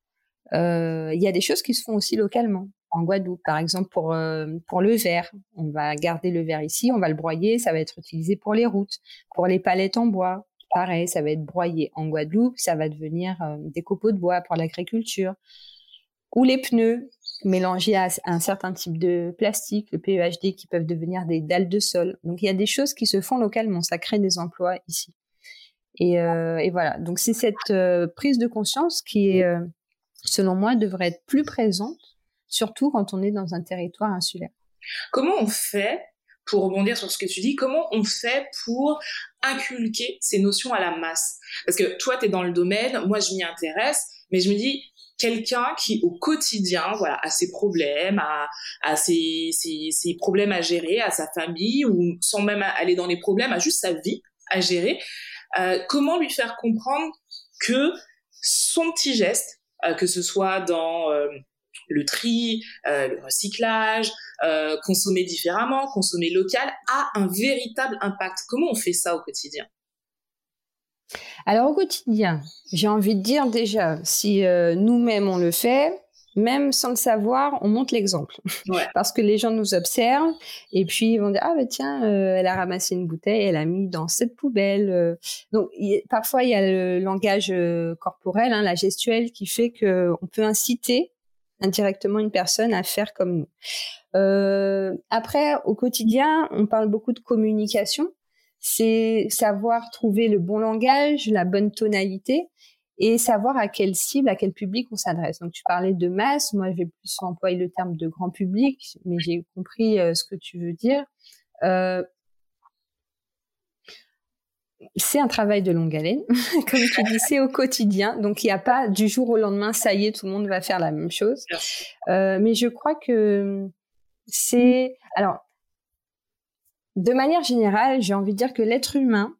Euh, il y a des choses qui se font aussi localement. En Guadeloupe, par exemple, pour, euh, pour le verre. On va garder le verre ici, on va le broyer, ça va être utilisé pour les routes. Pour les palettes en bois, pareil, ça va être broyé en Guadeloupe, ça va devenir euh, des copeaux de bois pour l'agriculture. Ou les pneus, mélangés à un certain type de plastique, le P E H D, qui peuvent devenir des dalles de sol. Donc, il y a des choses qui se font localement, ça crée des emplois ici. Et, euh, et voilà, donc c'est cette euh, prise de conscience qui est... Euh, selon moi, devrait être plus présente, surtout quand on est dans un territoire insulaire. Comment on fait, pour rebondir sur ce que tu dis, comment on fait pour inculquer ces notions à la masse ? Parce que toi, tu es dans le domaine, moi, je m'y intéresse, mais je me dis, quelqu'un qui, au quotidien, voilà, a ses problèmes, a, a ses, ses, ses problèmes à gérer, a sa famille, ou sans même aller dans les problèmes, a juste sa vie à gérer, euh, comment lui faire comprendre que son petit geste, Euh, que ce soit dans euh, le tri, euh, le recyclage, euh, consommer différemment, consommer local, a un véritable impact. Comment on fait ça au quotidien ? Alors au quotidien, j'ai envie de dire déjà, si euh, nous-mêmes on le fait, même sans le savoir, on montre l'exemple. Ouais. Parce que les gens nous observent et puis ils vont dire « Ah ben tiens, euh, elle a ramassé une bouteille, elle a mis dans cette poubelle. Euh. » Donc y, parfois, il y a le langage euh, corporel, hein, la gestuelle, qui fait qu'on peut inciter indirectement une personne à faire comme nous. Euh, après, au quotidien, on parle beaucoup de communication. C'est savoir trouver le bon langage, la bonne tonalité et savoir à quelle cible, à quel public on s'adresse. Donc, tu parlais de masse. Moi, je vais plus employer le terme de grand public, mais j'ai compris euh, ce que tu veux dire. Euh, c'est un travail de longue haleine, comme tu dis, c'est au quotidien. Donc, il n'y a pas du jour au lendemain, ça y est, tout le monde va faire la même chose. Euh, mais je crois que c'est... Alors, de manière générale, j'ai envie de dire que l'être humain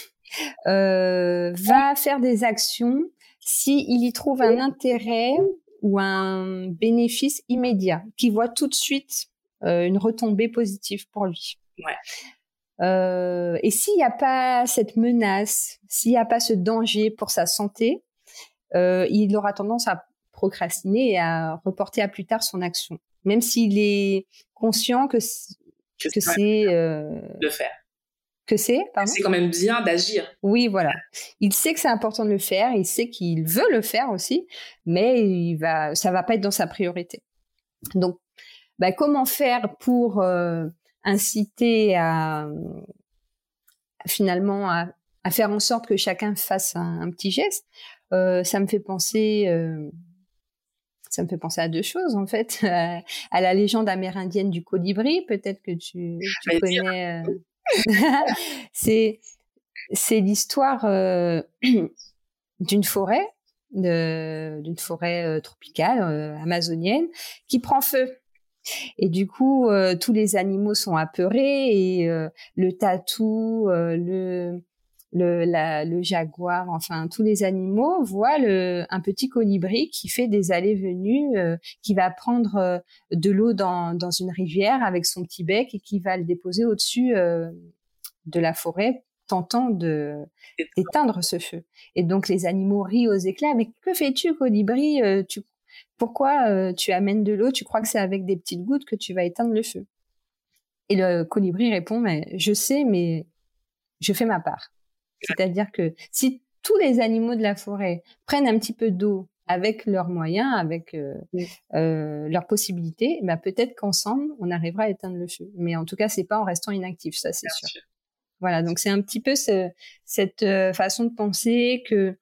euh, va faire des actions s'il y trouve un intérêt ou un bénéfice immédiat, qui voit tout de suite euh, une retombée positive pour lui. Ouais. Euh, et s'il n'y a pas cette menace, s'il n'y a pas ce danger pour sa santé, euh, il aura tendance à procrastiner et à reporter à plus tard son action, même s'il est conscient que c'est, que, que c'est euh, le faire. Que c'est, pardon. C'est quand même bien d'agir. Oui, voilà. Il sait que c'est important de le faire, il sait qu'il veut le faire aussi, mais il va, ça va pas être dans sa priorité. Donc, bah, comment faire pour euh, inciter à finalement à, à faire en sorte que chacun fasse un, un petit geste. Euh, ça me fait penser, euh, ça me fait penser à deux choses en fait, à, à la légende amérindienne du colibri. Peut-être que tu, tu connais. Euh... c'est c'est l'histoire euh, d'une forêt, de, d'une forêt euh, tropicale euh, amazonienne qui prend feu. Et du coup, euh, tous les animaux sont apeurés et euh, le tatou, euh, le, le, la, le jaguar, enfin tous les animaux voient le, un petit colibri qui fait des allées-venues, euh, qui va prendre euh, de l'eau dans, dans une rivière avec son petit bec et qui va le déposer au-dessus euh, de la forêt, tentant de d'éteindre ce feu. Et donc les animaux rient aux éclats. Mais que fais-tu, colibri? euh, tu Pourquoi euh, tu amènes de l'eau? Tu crois que c'est avec des petites gouttes que tu vas éteindre le feu? Et le colibri répond, mais je sais, mais je fais ma part. C'est-à-dire que si tous les animaux de la forêt prennent un petit peu d'eau avec leurs moyens, avec euh, oui. euh, leurs possibilités, bah peut-être qu'ensemble, on arrivera à éteindre le feu. Mais en tout cas, c'est pas en restant inactif, ça c'est sûr. sûr. Voilà, donc c'est un petit peu ce, cette euh, façon de penser que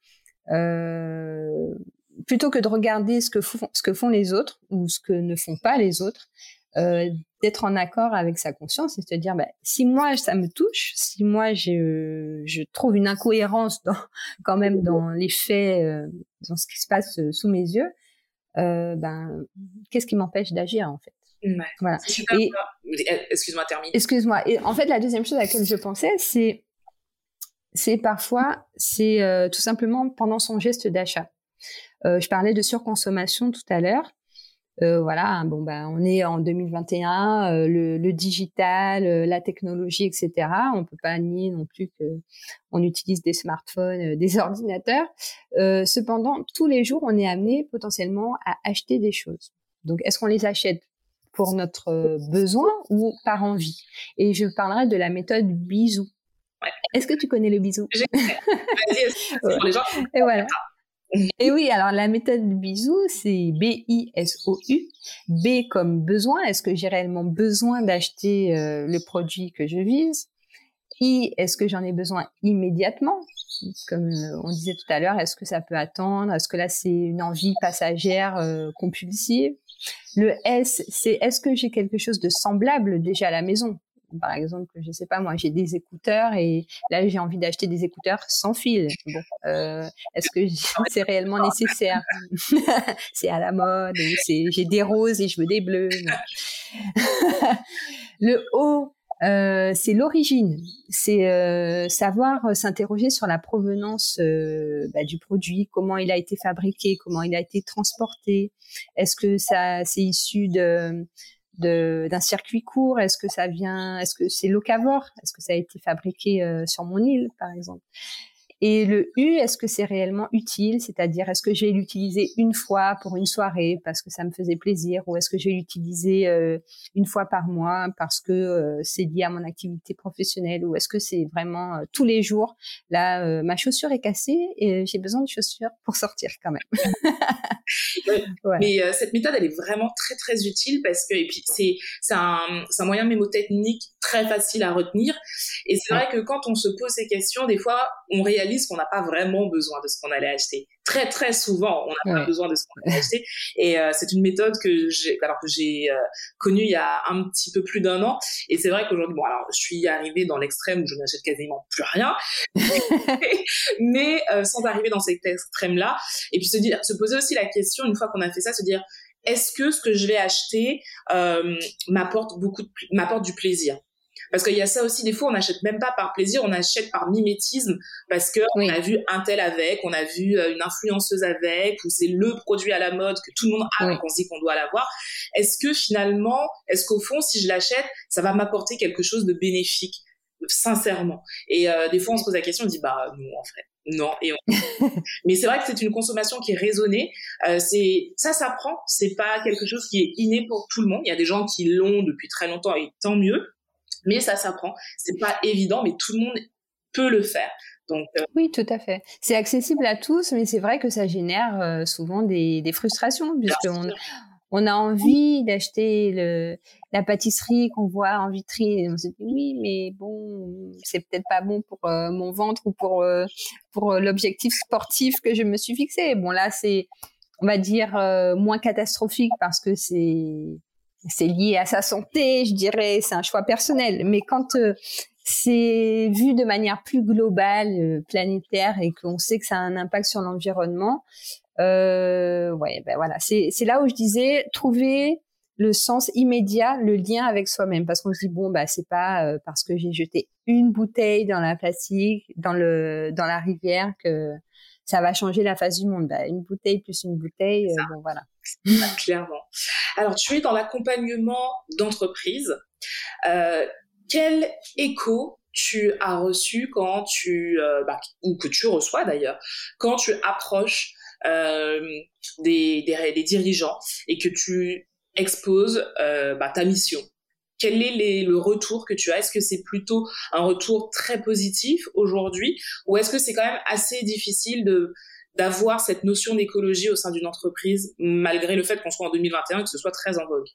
euh, plutôt que de regarder ce que font, ce que font les autres ou ce que ne font pas les autres, euh, d'être en accord avec sa conscience et de se dire, bah, si moi ça me touche, si moi je, je trouve une incohérence dans, quand même dans les faits, euh, dans ce qui se passe sous mes yeux, euh, ben qu'est-ce qui m'empêche d'agir en fait? Ouais. Voilà. Et, excuse-moi, termine. Excuse-moi. Et en fait, la deuxième chose à laquelle je pensais, c'est, c'est parfois, c'est euh, tout simplement pendant son geste d'achat. Euh, je parlais de surconsommation tout à l'heure. Euh, voilà, bon ben, on est en deux mille vingt et un, euh, le, le digital, euh, la technologie, et cetera. On peut pas nier non plus que on utilise des smartphones, euh, des ordinateurs. Euh, cependant, tous les jours, on est amené potentiellement à acheter des choses. Donc, est-ce qu'on les achète pour notre besoin ou par envie? Et je parlerai de la méthode bisou. Ouais. Est-ce que tu connais le bisou? J'ai Vas-y, ouais. pour les gens. Et voilà. Et oui, alors la méthode bisou, c'est B I S O U. B comme besoin. Est-ce que j'ai réellement besoin d'acheter euh, le produit que je vise? I, est-ce que j'en ai besoin immédiatement? Comme on disait tout à l'heure, est-ce que ça peut attendre? Est-ce que là, c'est une envie passagère euh, compulsive? Le S, c'est est-ce que j'ai quelque chose de semblable déjà à la maison? Par exemple, je sais pas, moi, j'ai des écouteurs et là, j'ai envie d'acheter des écouteurs sans fil. Bon, euh, est-ce que c'est réellement nécessaire? C'est à la mode ou c'est j'ai des roses et je veux des bleus. Le O, euh, c'est l'origine. C'est euh, savoir s'interroger sur la provenance euh, bah, du produit, comment il a été fabriqué, comment il a été transporté. Est-ce que ça c'est issu de De, d'un circuit court? Est-ce que ça vient, est-ce que c'est locavore? Est-ce que ça a été fabriqué euh, sur mon île, par exemple? Et le U, est-ce que c'est réellement utile? C'est-à-dire, est-ce que je vais l'utiliser une fois pour une soirée parce que ça me faisait plaisir, ou est-ce que je vais l'utiliser euh, une fois par mois parce que euh, c'est lié à mon activité professionnelle, ou est-ce que c'est vraiment euh, tous les jours? Là, euh, ma chaussure est cassée et j'ai besoin de chaussures pour sortir quand même. Ouais. Mais euh, cette méthode, elle est vraiment très très utile parce que, et puis c'est c'est un c'est un moyen mémotechnique très facile à retenir. Et c'est ouais. vrai que quand on se pose ces questions, des fois, on réalise qu'on n'a pas vraiment besoin de ce qu'on allait acheter. Très très souvent, on n'a ouais. pas besoin de ce qu'on allait acheter. Et euh, c'est une méthode que j'ai alors que j'ai euh, connue il y a un petit peu plus d'un an. Et c'est vrai qu'aujourd'hui, bon alors, je suis arrivée dans l'extrême où je n'achète quasiment plus rien, mais euh, sans arriver dans cet extrême-là. Et puis se dire, se poser aussi la question, une fois qu'on a fait ça, se dire, est-ce que ce que je vais acheter euh, m'apporte beaucoup de, m'apporte du plaisir? Parce qu'il y a ça aussi, des fois, on n'achète même pas par plaisir, on achète par mimétisme, parce que oui. on a vu un tel avec, on a vu une influenceuse avec, ou c'est le produit à la mode que tout le monde a, oui. donc on se dit qu'on doit l'avoir. Est-ce que finalement, est-ce qu'au fond, si je l'achète, ça va m'apporter quelque chose de bénéfique, sincèrement? Et euh, des fois, on se pose la question, on se dit, bah non, en fait. Non, et on... mais c'est vrai que c'est une consommation qui est raisonnée. Euh, c'est ça s'apprend, c'est pas quelque chose qui est inné pour tout le monde. Il y a des gens qui l'ont depuis très longtemps et tant mieux. Mais ça s'apprend. C'est pas évident, mais tout le monde peut le faire. Donc euh... oui, tout à fait. C'est accessible à tous, mais c'est vrai que ça génère euh, souvent des, des frustrations, puisqu'on on a envie d'acheter le, la pâtisserie qu'on voit en vitrine. Et on se dit oui, mais bon, c'est peut-être pas bon pour euh, mon ventre ou pour euh, pour l'objectif sportif que je me suis fixé. Bon là, c'est, on va dire euh, moins catastrophique parce que c'est c'est lié à sa santé, je dirais, c'est un choix personnel. Mais quand euh, c'est vu de manière plus globale, euh, planétaire, et qu'on sait que ça a un impact sur l'environnement, euh, ouais, ben voilà, c'est c'est là où je disais trouver le sens immédiat, le lien avec soi-même, parce qu'on se dit bon bah c'est pas euh, parce que j'ai jeté une bouteille dans la plastique, dans le dans la rivière que ça va changer la face du monde. Bah, une bouteille plus une bouteille, euh, bon voilà. Clairement. Alors, tu es dans l'accompagnement d'entreprise. Euh, quel écho tu as reçu quand tu, euh, bah, ou que tu reçois d'ailleurs, quand tu approches euh, des, des, des dirigeants et que tu exposes euh, bah, ta mission? Quel est les, le retour que tu as? Est-ce que c'est plutôt un retour très positif aujourd'hui, ou est-ce que c'est quand même assez difficile de d'avoir cette notion d'écologie au sein d'une entreprise, malgré le fait qu'on soit en deux mille vingt et un et que ce soit très en vogue?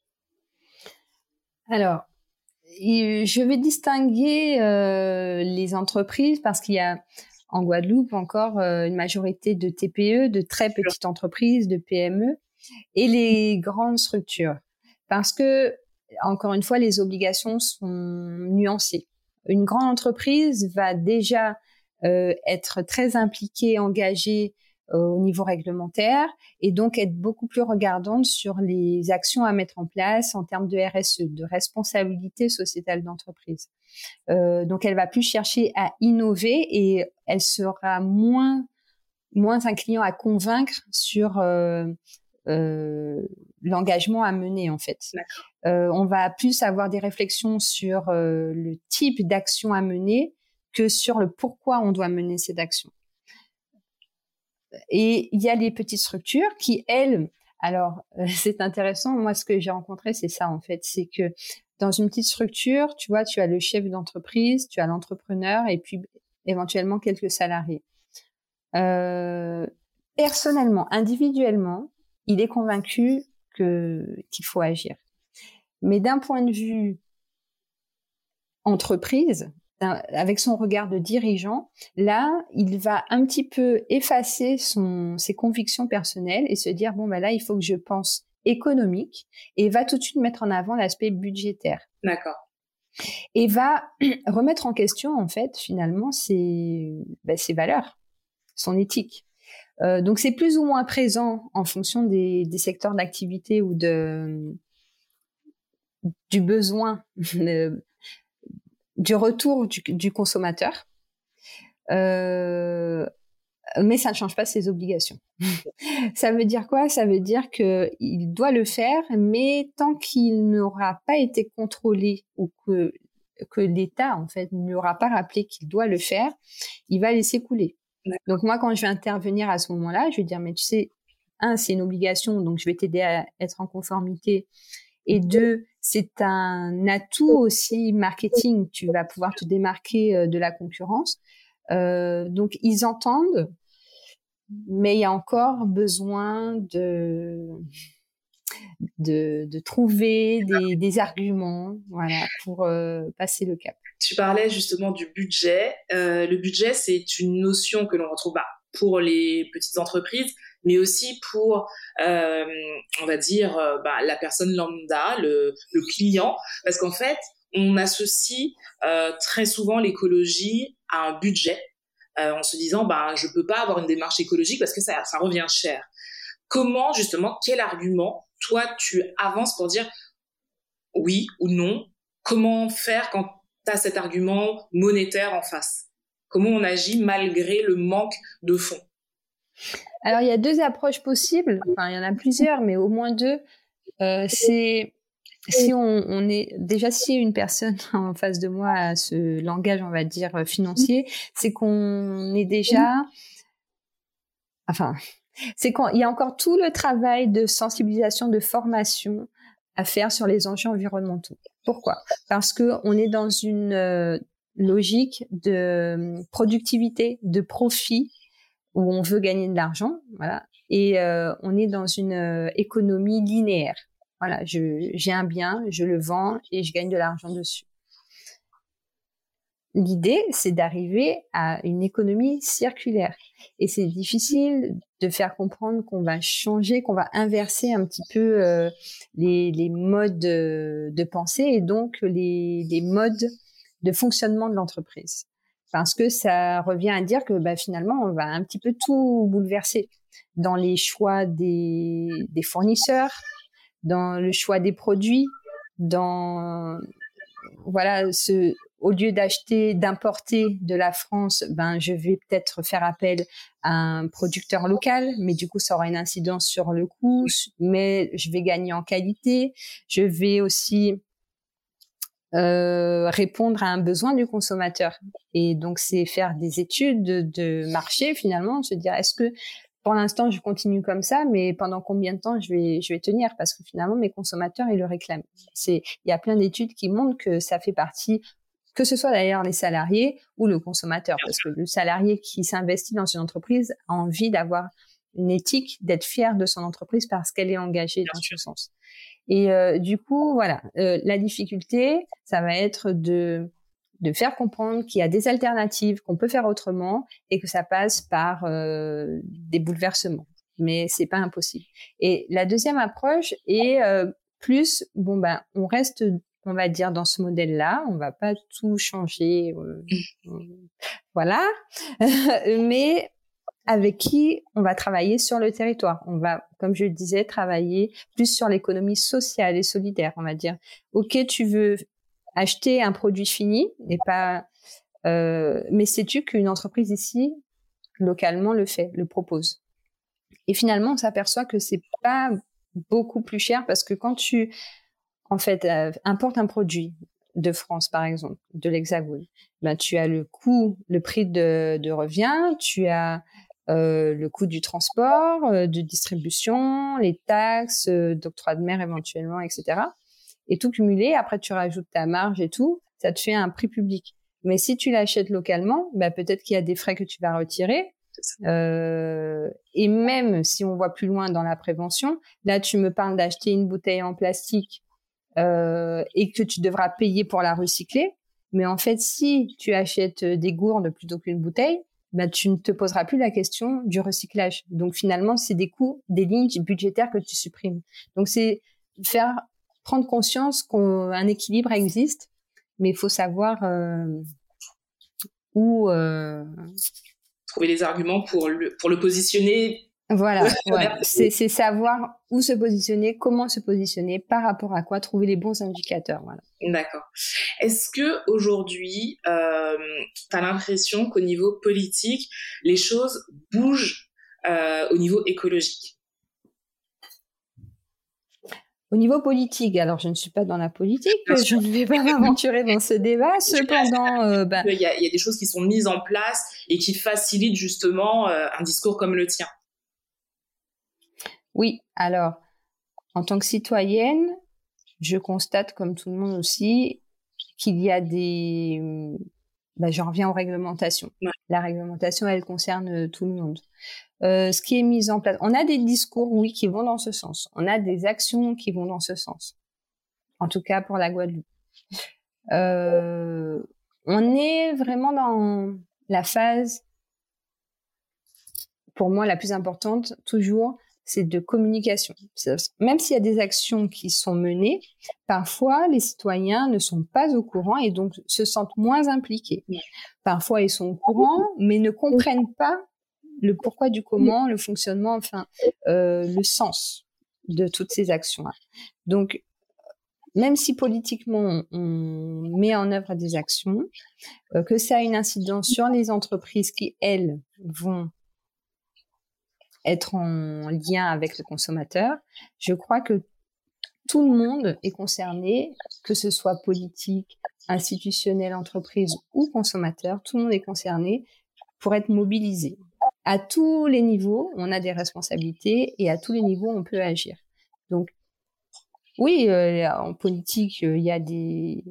Alors, je vais distinguer euh, les entreprises parce qu'il y a en Guadeloupe encore euh, une majorité de T P E, de très petites entreprises, de P M E, et les grandes structures. Parce que, encore une fois, les obligations sont nuancées. Une grande entreprise va déjà Euh, être très impliquée, engagée euh, au niveau réglementaire, et donc être beaucoup plus regardante sur les actions à mettre en place en termes de R S E, de responsabilité sociétale d'entreprise. Euh, donc elle va plus chercher à innover et elle sera moins moins un client à convaincre sur euh, euh, l'engagement à mener en fait. Euh, on va plus avoir des réflexions sur euh, le type d'action à mener que sur le pourquoi on doit mener cette action. Et il y a les petites structures qui, elles, alors euh, c'est intéressant, moi ce que j'ai rencontré c'est ça en fait, c'est que dans une petite structure, tu vois, tu as le chef d'entreprise, tu as l'entrepreneur et puis éventuellement quelques salariés. Euh, personnellement, individuellement, il est convaincu que, qu'il faut agir. Mais d'un point de vue entreprise, avec son regard de dirigeant, là, il va un petit peu effacer son, ses convictions personnelles et se dire, bon, ben là, il faut que je pense économique, et va tout de suite mettre en avant l'aspect budgétaire. D'accord. Et va remettre en question, en fait, finalement, ses, ben, ses valeurs, son éthique. Euh, donc, c'est plus ou moins présent en fonction des, des secteurs d'activité ou de, du besoin de, du retour du, du consommateur, euh, mais ça ne change pas ses obligations. Ça veut dire quoi? Ça veut dire qu'il doit le faire, mais tant qu'il n'aura pas été contrôlé ou que que l'État, en fait, ne lui aura pas rappelé qu'il doit le faire, il va laisser couler. D'accord. Donc, moi, quand je vais intervenir à ce moment-là, je vais dire, mais tu sais, un, c'est une obligation, donc je vais t'aider à être en conformité. Et deux, c'est un atout aussi marketing. Tu vas pouvoir te démarquer de la concurrence. Euh, donc, ils entendent, mais il y a encore besoin de... De, de trouver des, des arguments, voilà, pour euh, passer le cap. Tu parlais justement du budget. Euh, le budget, c'est une notion que l'on retrouve bah, pour les petites entreprises, mais aussi pour, euh, on va dire, euh, bah, la personne lambda, le, le client, parce qu'en fait, on associe euh, très souvent l'écologie à un budget, euh, en se disant, bah, je peux pas avoir une démarche écologique parce que ça, ça revient cher. Comment, justement, quel argument, toi, tu avances pour dire oui ou non? Comment faire quand tu as cet argument monétaire en face? Comment on agit malgré le manque de fonds? Alors, il y a deux approches possibles. Enfin, il y en a plusieurs, mais au moins deux. Euh, c'est si on, on est déjà si une personne en face de moi a ce langage, on va dire financier, c'est qu'on est déjà, enfin, c'est qu'il y a encore tout le travail de sensibilisation, de formation à faire sur les enjeux environnementaux. Pourquoi? Parce que on est dans une euh, logique de productivité, de profit, où on veut gagner de l'argent, voilà, et euh, on est dans une euh, économie linéaire. Voilà, je, j'ai un bien, je le vends et je gagne de l'argent dessus. L'idée, c'est d'arriver à une économie circulaire. Et c'est difficile de faire comprendre qu'on va changer, qu'on va inverser un petit peu euh, les, les modes de, de pensée et donc les, les modes de fonctionnement de l'entreprise. Parce que ça revient à dire que bah, finalement, on va un petit peu tout bouleverser dans les choix des, des fournisseurs, dans le choix des produits, dans voilà ce au lieu d'acheter, d'importer de la France, ben je vais peut-être faire appel à un producteur local, mais du coup ça aura une incidence sur le coût, mais je vais gagner en qualité. Je vais aussi euh, répondre à un besoin du consommateur, et donc c'est faire des études de, de marché finalement, se dire est-ce que pour l'instant, je continue comme ça, mais pendant combien de temps je vais, je vais tenir? Parce que finalement, mes consommateurs, ils le réclament. C'est, il y a plein d'études qui montrent que ça fait partie, que ce soit d'ailleurs les salariés ou le consommateur, parce que le salarié qui s'investit dans une entreprise a envie d'avoir une éthique, d'être fier de son entreprise parce qu'elle est engagée dans ce sens. Et euh, du coup, voilà, euh, la difficulté, ça va être de de faire comprendre qu'il y a des alternatives, qu'on peut faire autrement et que ça passe par euh, des bouleversements. Mais c'est pas impossible. Et la deuxième approche est euh, plus, bon ben, on reste, on va dire, dans ce modèle-là, on va pas tout changer, euh, euh, voilà, mais avec qui on va travailler sur le territoire. On va, comme je le disais, travailler plus sur l'économie sociale et solidaire. On va dire, ok, tu veux acheter un produit fini et pas euh, mais sais-tu qu'une entreprise ici localement le fait, le propose, et finalement on s'aperçoit que c'est pas beaucoup plus cher parce que quand tu en fait euh, importes un produit de France par exemple, de l'Hexagone, ben tu as le coût, le prix de, de revient, tu as euh, le coût du transport, euh, de distribution, les taxes, euh, d'octroi de mer éventuellement, et cetera. Et tout cumulé, après tu rajoutes ta marge et tout, ça te fait un prix public. Mais si tu l'achètes localement, bah peut-être qu'il y a des frais que tu vas retirer. Euh, et même si on voit plus loin dans la prévention, là tu me parles d'acheter une bouteille en plastique euh, et que tu devras payer pour la recycler. Mais en fait, si tu achètes des gourdes plutôt qu'une bouteille, bah tu ne te poseras plus la question du recyclage. Donc finalement, c'est des coûts, des lignes budgétaires que tu supprimes. Donc c'est faire prendre conscience qu'un équilibre existe, mais il faut savoir euh, où... Euh... trouver les arguments pour le, pour le positionner. Voilà, ouais. c'est, c'est savoir où se positionner, comment se positionner, par rapport à quoi, trouver les bons indicateurs. Voilà. D'accord. Est-ce que aujourd'hui, euh, tu as l'impression qu'au niveau politique, les choses bougent euh, au niveau écologique? Au niveau politique, alors je ne suis pas dans la politique, je ne vais pas m'aventurer dans ce débat. Cependant, euh, bah, il y a, il y a des choses qui sont mises en place et qui facilitent justement euh, un discours comme le tien. Oui, alors en tant que citoyenne, je constate comme tout le monde aussi qu'il y a des... Ben, j'en reviens aux réglementations. Ouais. La réglementation, elle concerne tout le monde. Euh, ce qui est mis en place, on a des discours, oui, qui vont dans ce sens. On a des actions qui vont dans ce sens. En tout cas pour la Guadeloupe. Euh, on est vraiment dans la phase, pour moi, la plus importante, toujours, c'est de communication. Même s'il y a des actions qui sont menées, parfois les citoyens ne sont pas au courant et donc se sentent moins impliqués. Parfois ils sont au courant, mais ne comprennent pas le pourquoi du comment, le fonctionnement, enfin euh, le sens de toutes ces actions-là. Donc même si politiquement on met en œuvre des actions, euh, que ça a une incidence sur les entreprises qui elles vont être en lien avec le consommateur, je crois que tout le monde est concerné, que ce soit politique, institutionnel, entreprise ou consommateur, tout le monde est concerné pour être mobilisé. À tous les niveaux, on a des responsabilités et à tous les niveaux, on peut agir. Donc, oui, euh, en politique, il y a des,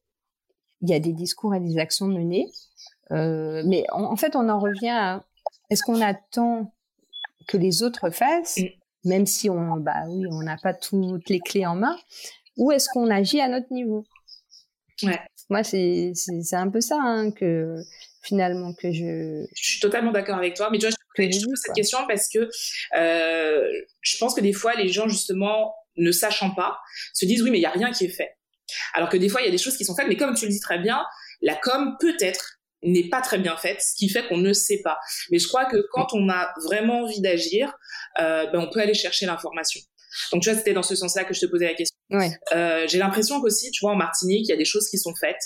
il y a des discours et des actions menées, euh, mais en, en fait, on en revient à est-ce qu'on attend que les autres fassent, même si on, bah oui, on n'a pas toutes les clés en main, ou est-ce qu'on agit à notre niveau? Ouais. Moi, c'est, c'est, c'est un peu ça, hein, que finalement, que je... Je suis totalement d'accord avec toi, mais tu vois, je, je te pose cette question parce que euh, je pense que des fois, les gens, justement, ne sachant pas, se disent, oui, mais il n'y a rien qui est fait. Alors que des fois, il y a des choses qui sont faites, mais comme tu le dis très bien, la com, peut-être, n'est pas très bien faite, ce qui fait qu'on ne sait pas. Mais je crois que quand on a vraiment envie d'agir, euh, ben on peut aller chercher l'information. Donc tu vois, c'était dans ce sens-là que je te posais la question. Ouais. Euh, j'ai l'impression qu'aussi, tu vois, en Martinique, il y a des choses qui sont faites,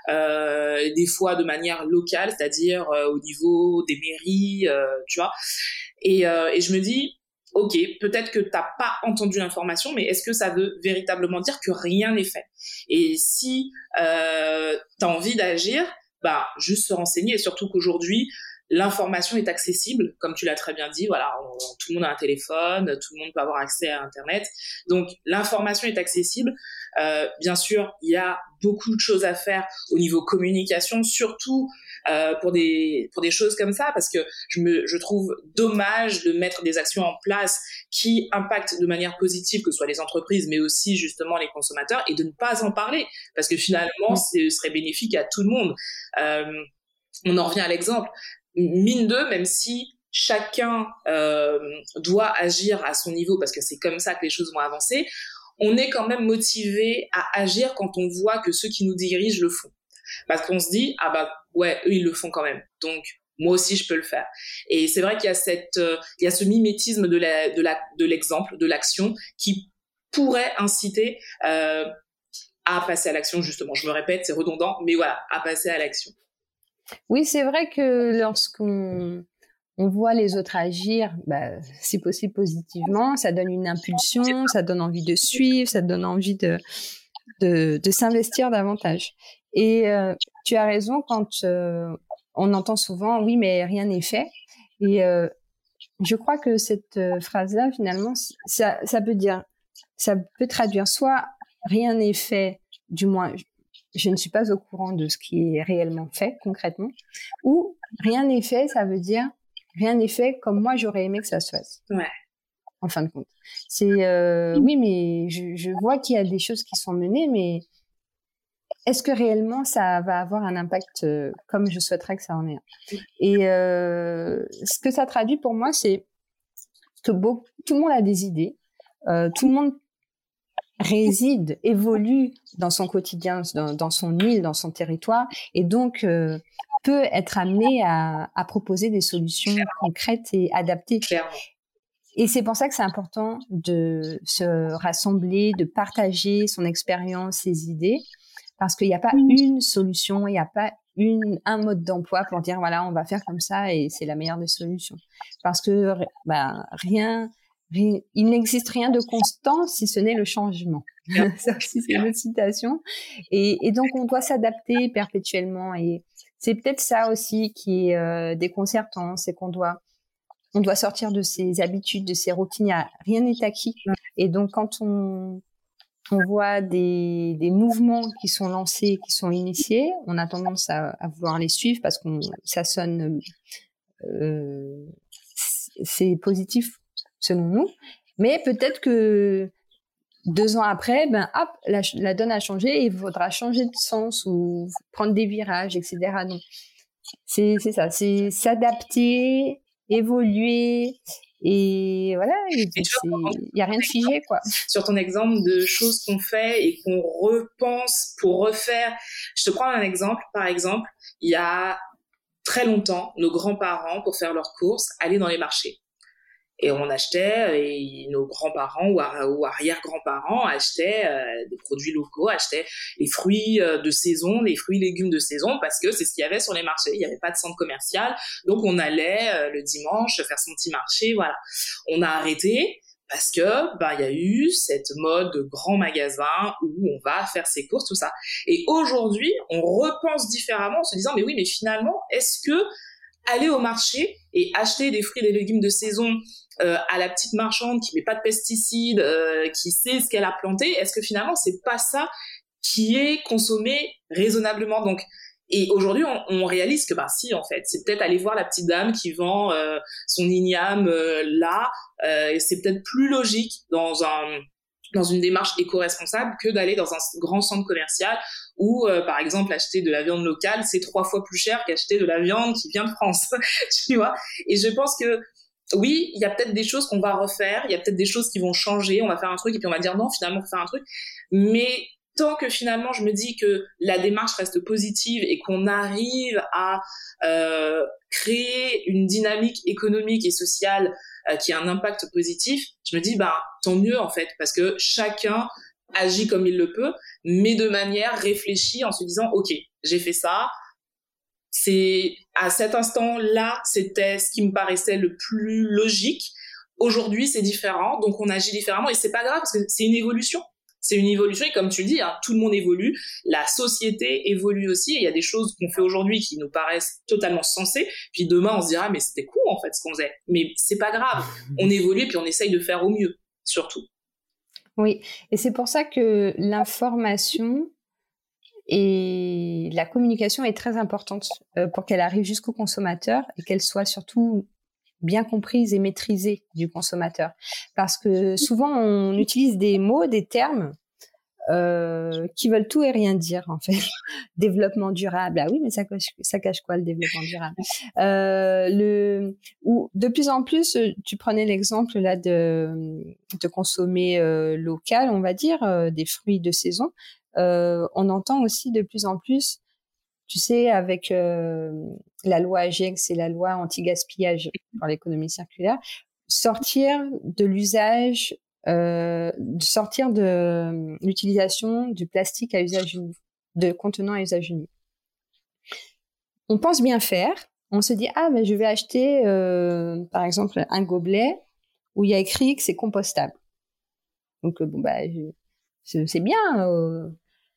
euh, des fois de manière locale, c'est-à-dire euh, au niveau des mairies, euh, tu vois. Et, euh, et je me dis, ok, peut-être que t'as pas entendu l'information, mais est-ce que ça veut véritablement dire que rien n'est fait? Et si euh, t'as envie d'agir, bah, juste se renseigner, et surtout qu'aujourd'hui, l'information est accessible, comme tu l'as très bien dit, voilà, on, tout le monde a un téléphone, tout le monde peut avoir accès à Internet, donc l'information est accessible. Euh, bien sûr, il y a beaucoup de choses à faire au niveau communication, surtout euh, pour des pour des choses comme ça, parce que je me je trouve dommage de mettre des actions en place qui impactent de manière positive, que ce soit les entreprises, mais aussi justement les consommateurs, et de ne pas en parler, parce que finalement, ce serait bénéfique à tout le monde. Euh, on en revient à l'exemple. Mine de, même si chacun euh, doit agir à son niveau, parce que c'est comme ça que les choses vont avancer, on est quand même motivé à agir quand on voit que ceux qui nous dirigent le font. Parce qu'on se dit, ah bah ouais, eux ils le font quand même, donc moi aussi je peux le faire. Et c'est vrai qu'il y a cette, euh, il y a ce mimétisme de la, de la, de l'exemple, de l'action, qui pourrait inciter euh, à passer à l'action, justement. Je me répète, c'est redondant, mais voilà, à passer à l'action. Oui, c'est vrai que lorsqu'on on voit les autres agir, bah, si possible positivement, ça donne une impulsion, ça donne envie de suivre, ça donne envie de, de, de s'investir davantage. Et euh, tu as raison quand euh, on entend souvent « oui, mais rien n'est fait ». Et euh, je crois que cette euh, phrase-là, finalement, ça, ça peut dire, ça peut traduire soit « rien n'est fait », du moins je ne suis pas au courant de ce qui est réellement fait concrètement, ou rien n'est fait, ça veut dire rien n'est fait comme moi j'aurais aimé que ça se fasse. Ouais. En fin de compte, c'est euh, oui, mais je, je vois qu'il y a des choses qui sont menées, mais est-ce que réellement ça va avoir un impact euh, comme je souhaiterais que ça en ait un? Et euh, ce que ça traduit pour moi, c'est que beau, tout le monde a des idées, euh, tout le monde réside, évolue dans son quotidien, dans, dans son île, dans son territoire, et donc euh, peut être amené à, à proposer des solutions Clairement. concrètes et adaptées. Clairement. Et c'est pour ça que c'est important de se rassembler, de partager son expérience, ses idées, parce qu'il n'y a pas une solution, il n'y a pas une, un mode d'emploi pour dire voilà, on va faire comme ça et c'est la meilleure des solutions. Parce que bah, rien il n'existe rien de constant si ce n'est le changement. Ça aussi, c'est une autre citation. Et, et donc, on doit s'adapter perpétuellement. Et c'est peut-être ça aussi qui est euh, déconcertant, c'est qu'on doit, on doit sortir de ses habitudes, de ses routines. Rien n'est acquis. Et donc, quand on, on voit des, des mouvements qui sont lancés, qui sont initiés, on a tendance à, à vouloir les suivre parce qu'on, ça sonne, euh, c'est positif selon nous. Mais peut-être que deux ans après, ben hop, la, la donne a changé et il faudra changer de sens ou prendre des virages, et cetera. Donc, c'est, c'est ça, c'est s'adapter, évoluer et voilà, il n'y a rien de figé, quoi. Sur ton exemple de choses qu'on fait et qu'on repense pour refaire, je te prends un exemple. Par exemple, il y a très longtemps, nos grands-parents, pour faire leurs courses, allaient dans les marchés. Et on achetait, et nos grands-parents ou, ou arrière-grands-parents achetaient euh, des produits locaux, achetaient les fruits euh, de saison, les fruits et légumes de saison, parce que c'est ce qu'il y avait sur les marchés. Il n'y avait pas de centre commercial, donc on allait euh, le dimanche faire son petit marché, voilà. On a arrêté parce que bah il y a eu cette mode de grands magasins où on va faire ses courses, tout ça. Et aujourd'hui, on repense différemment en se disant, mais oui, mais finalement, est-ce que aller au marché et acheter des fruits et des légumes de saison euh, à la petite marchande qui met pas de pesticides, euh, qui sait ce qu'elle a planté, est-ce que finalement c'est pas ça qui est consommé raisonnablement? Donc, et aujourd'hui on, on réalise que bah si, en fait, c'est peut-être aller voir la petite dame qui vend euh, son igname euh, là, euh, et c'est peut-être plus logique dans un dans une démarche éco-responsable que d'aller dans un grand centre commercial où, euh, par exemple, acheter de la viande locale, c'est trois fois plus cher qu'acheter de la viande qui vient de France, tu vois. Et je pense que, oui, il y a peut-être des choses qu'on va refaire, il y a peut-être des choses qui vont changer, on va faire un truc et puis on va dire non, finalement, on va faire un truc. Mais tant que finalement, je me dis que la démarche reste positive et qu'on arrive à euh, créer une dynamique économique et sociale euh, qui a un impact positif, je me dis, bah, tant mieux, en fait, parce que chacun agit comme il le peut, mais de manière réfléchie en se disant, OK, j'ai fait ça, c'est, à cet instant-là, c'était ce qui me paraissait le plus logique. Aujourd'hui, c'est différent, donc on agit différemment et c'est pas grave parce que c'est une évolution. C'est une évolution et comme tu le dis, hein, tout le monde évolue, la société évolue aussi et il y a des choses qu'on fait aujourd'hui qui nous paraissent totalement sensées, puis demain on se dira mais c'était cool en fait ce qu'on faisait, mais c'est pas grave, on évolue et puis on essaye de faire au mieux, surtout. Oui, et c'est pour ça que l'information et la communication est très importante euh, pour qu'elle arrive jusqu'au consommateur et qu'elle soit surtout bien comprise et maîtrisée du consommateur. Parce que souvent, on utilise des mots, des termes euh, qui veulent tout et rien dire, en fait. Développement durable. Ah oui, mais ça cache, ça cache quoi, le développement durable? euh, le, ou de plus en plus, tu prenais l'exemple là de, de consommer euh, local, on va dire, euh, des fruits de saison. Euh, on entend aussi de plus en plus, tu sais, avec euh, la loi AGEX et la loi anti-gaspillage pour l'économie circulaire, sortir de l'usage, euh, sortir de l'utilisation du plastique à usage unique, de contenants à usage unique. On pense bien faire, on se dit, ah, ben, je vais acheter, euh, par exemple, un gobelet où il y a écrit que c'est compostable. Donc, euh, bon, bah, je, c'est, c'est bien, euh,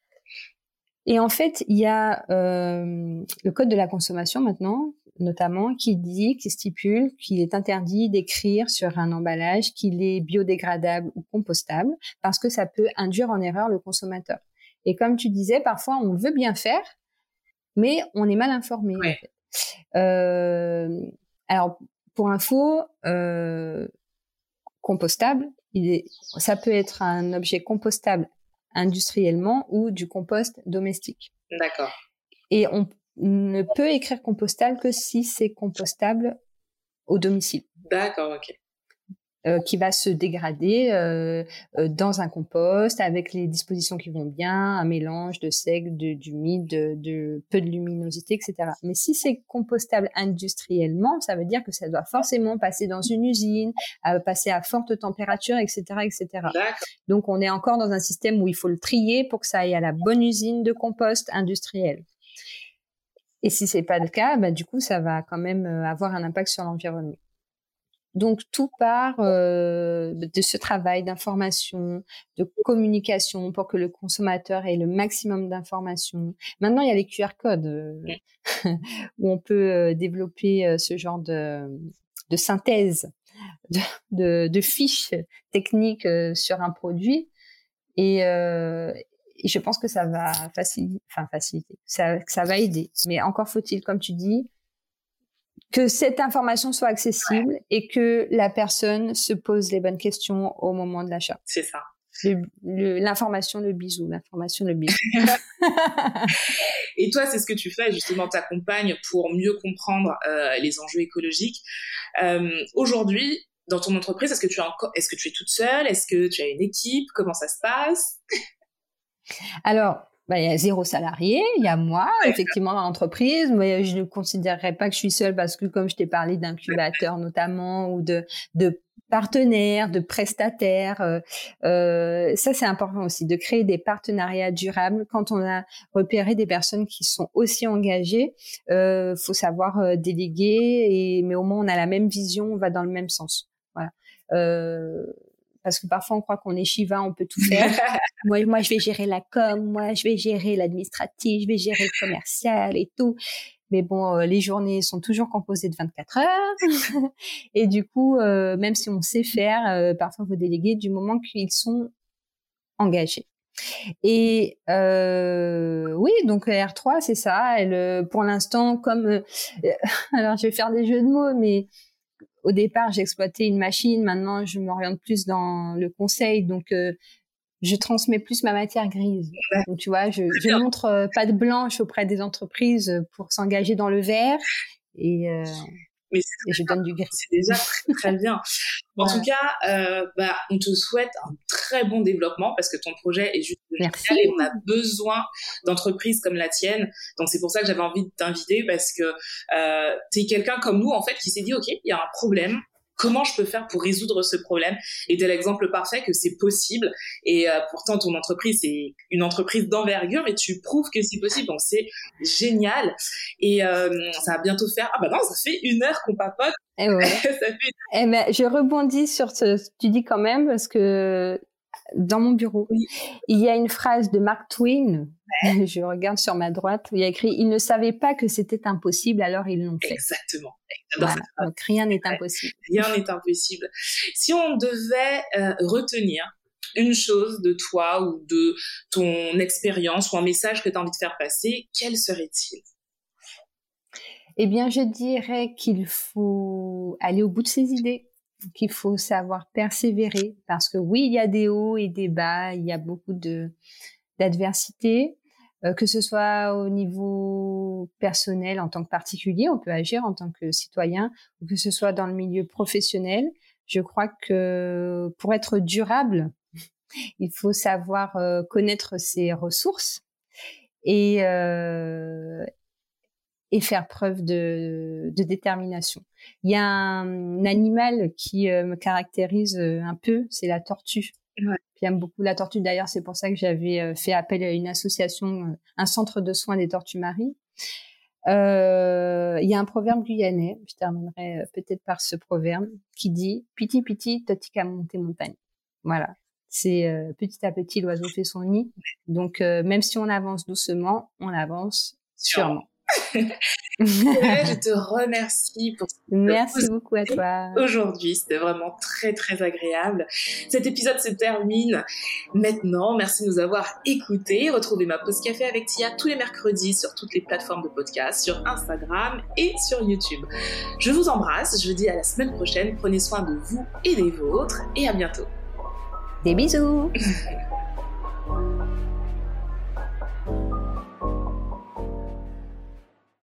Et en fait, il y a euh, le code de la consommation maintenant, notamment, qui dit, qui stipule qu'il est interdit d'écrire sur un emballage qu'il est biodégradable ou compostable, parce que ça peut induire en erreur le consommateur. Et comme tu disais, parfois on veut bien faire, mais on est mal informé. Ouais. En fait. euh, alors, pour info, euh, compostable, il est, ça peut être un objet compostable industriellement ou du compost domestique. D'accord. Et on ne peut écrire compostable que si c'est compostable au domicile. D'accord, ok. Euh, qui va se dégrader euh, euh, dans un compost avec les dispositions qui vont bien, un mélange de sec, de, d'humide, de, de peu de luminosité, et cetera. Mais si c'est compostable industriellement, ça veut dire que ça doit forcément passer dans une usine, à passer à forte température, et cetera, et cetera. D'accord. Donc, on est encore dans un système où il faut le trier pour que ça aille à la bonne usine de compost industriel. Et si c'est pas le cas, bah, du coup, ça va quand même avoir un impact sur l'environnement. Donc, tout part euh, de ce travail d'information, de communication pour que le consommateur ait le maximum d'informations. Maintenant, il y a les Q R codes euh, où on peut euh, développer euh, ce genre de, de synthèse, de, de, de fiches techniques euh, sur un produit. Et, euh, et je pense que ça va faciliter, enfin faciliter, ça, que ça va aider. Mais encore faut-il, comme tu dis, que cette information soit accessible ouais. et que la personne se pose les bonnes questions au moment de l'achat. C'est ça. Le, le, l'information, le bisou. L'information, le bisou. Et toi, c'est ce que tu fais, justement, t'accompagnes pour mieux comprendre euh, les enjeux écologiques. Euh, aujourd'hui, dans ton entreprise, est-ce que tu es encore, est-ce que tu es toute seule? Est-ce que tu as une équipe? Comment ça se passe? Alors, bah, il y a zéro salarié, il y a moi, effectivement, dans l'entreprise, mais je ne considérerais pas que je suis seule parce que, comme je t'ai parlé d'incubateurs notamment, ou de, de partenaires, de prestataires, euh, euh, ça c'est important aussi, de créer des partenariats durables. Quand on a repéré des personnes qui sont aussi engagées, euh, faut savoir euh, déléguer, et, mais au moins on a la même vision, on va dans le même sens. Voilà. Euh, parce que parfois on croit qu'on est Shiva, on peut tout faire. moi, moi, je vais gérer la com, moi, je vais gérer l'administratif, je vais gérer le commercial et tout. Mais bon, euh, les journées sont toujours composées de vingt-quatre heures. Et du coup, euh, même si on sait faire, euh, parfois, il faut déléguer du moment qu'ils sont engagés. Et euh, oui, donc R trois, c'est ça. Elle, pour l'instant, comme... Euh, alors, je vais faire des jeux de mots, mais... Au départ, j'exploitais une machine. Maintenant, je m'oriente plus dans le conseil. Donc, euh, je transmets plus ma matière grise. Donc, tu vois, je, je montre euh, patte blanche auprès des entreprises pour s'engager dans le vert. Et, euh, Mais et je donne du gris. C'est déjà très, très bien. En ouais. tout cas, euh, bah, on te souhaite un très bon développement parce que ton projet est juste génial et on a besoin d'entreprises comme la tienne. Donc, c'est pour ça que j'avais envie de t'inviter parce que euh, t'es quelqu'un comme nous, en fait, qui s'est dit, OK, il y a un problème. Comment je peux faire pour résoudre ce problème? Et t'es l'exemple parfait que c'est possible. Et euh, pourtant, ton entreprise, c'est une entreprise d'envergure, mais tu prouves que c'est possible. Donc, c'est génial. Et euh, ça va bientôt faire... Ah bah non, ça fait une heure qu'on papote. Et ouais. ça fait... Eh ben, je rebondis sur ce que tu dis quand même, parce que dans mon bureau, oui. il y a une phrase de Mark Twain. Ouais. Je regarde sur ma droite, où il y a écrit « Ils ne savaient pas que c'était impossible, alors ils l'ont fait. » Exactement. Voilà. Donc, rien n'est impossible. Rien n'est impossible. Si on devait euh, retenir une chose de toi ou de ton expérience ou un message que tu as envie de faire passer, quel serait-il? Eh bien, je dirais qu'il faut aller au bout de ses idées, qu'il faut savoir persévérer, parce que oui, il y a des hauts et des bas, il y a beaucoup de d'adversité, euh, que ce soit au niveau personnel en tant que particulier, on peut agir en tant que citoyen, ou que ce soit dans le milieu professionnel. Je crois que pour être durable, il faut savoir euh, connaître ses ressources et euh, et faire preuve de, de détermination. Il y a un, un animal qui euh, me caractérise un peu, c'est la tortue. Ouais. J'aime beaucoup la tortue. D'ailleurs, c'est pour ça que j'avais euh, fait appel à une association, euh, un centre de soins des tortues marines. Euh, il y a un proverbe guyanais, je terminerai euh, peut-être par ce proverbe, qui dit « Piti piti, totika monte montagne ». Voilà. C'est euh, petit à petit, l'oiseau fait son nid. Donc, euh, même si on avance doucement, on avance sûrement. Ouais, je te remercie pour Merci beaucoup à toi aujourd'hui, c'était vraiment très très agréable. Cet épisode se termine maintenant. Merci de nous avoir écoutés. Retrouvez ma pause café avec Tia tous les mercredis sur toutes les plateformes de podcast, sur Instagram et sur YouTube. Je vous embrasse, je vous dis à la semaine prochaine. Prenez soin de vous et des vôtres et à bientôt. Des bisous.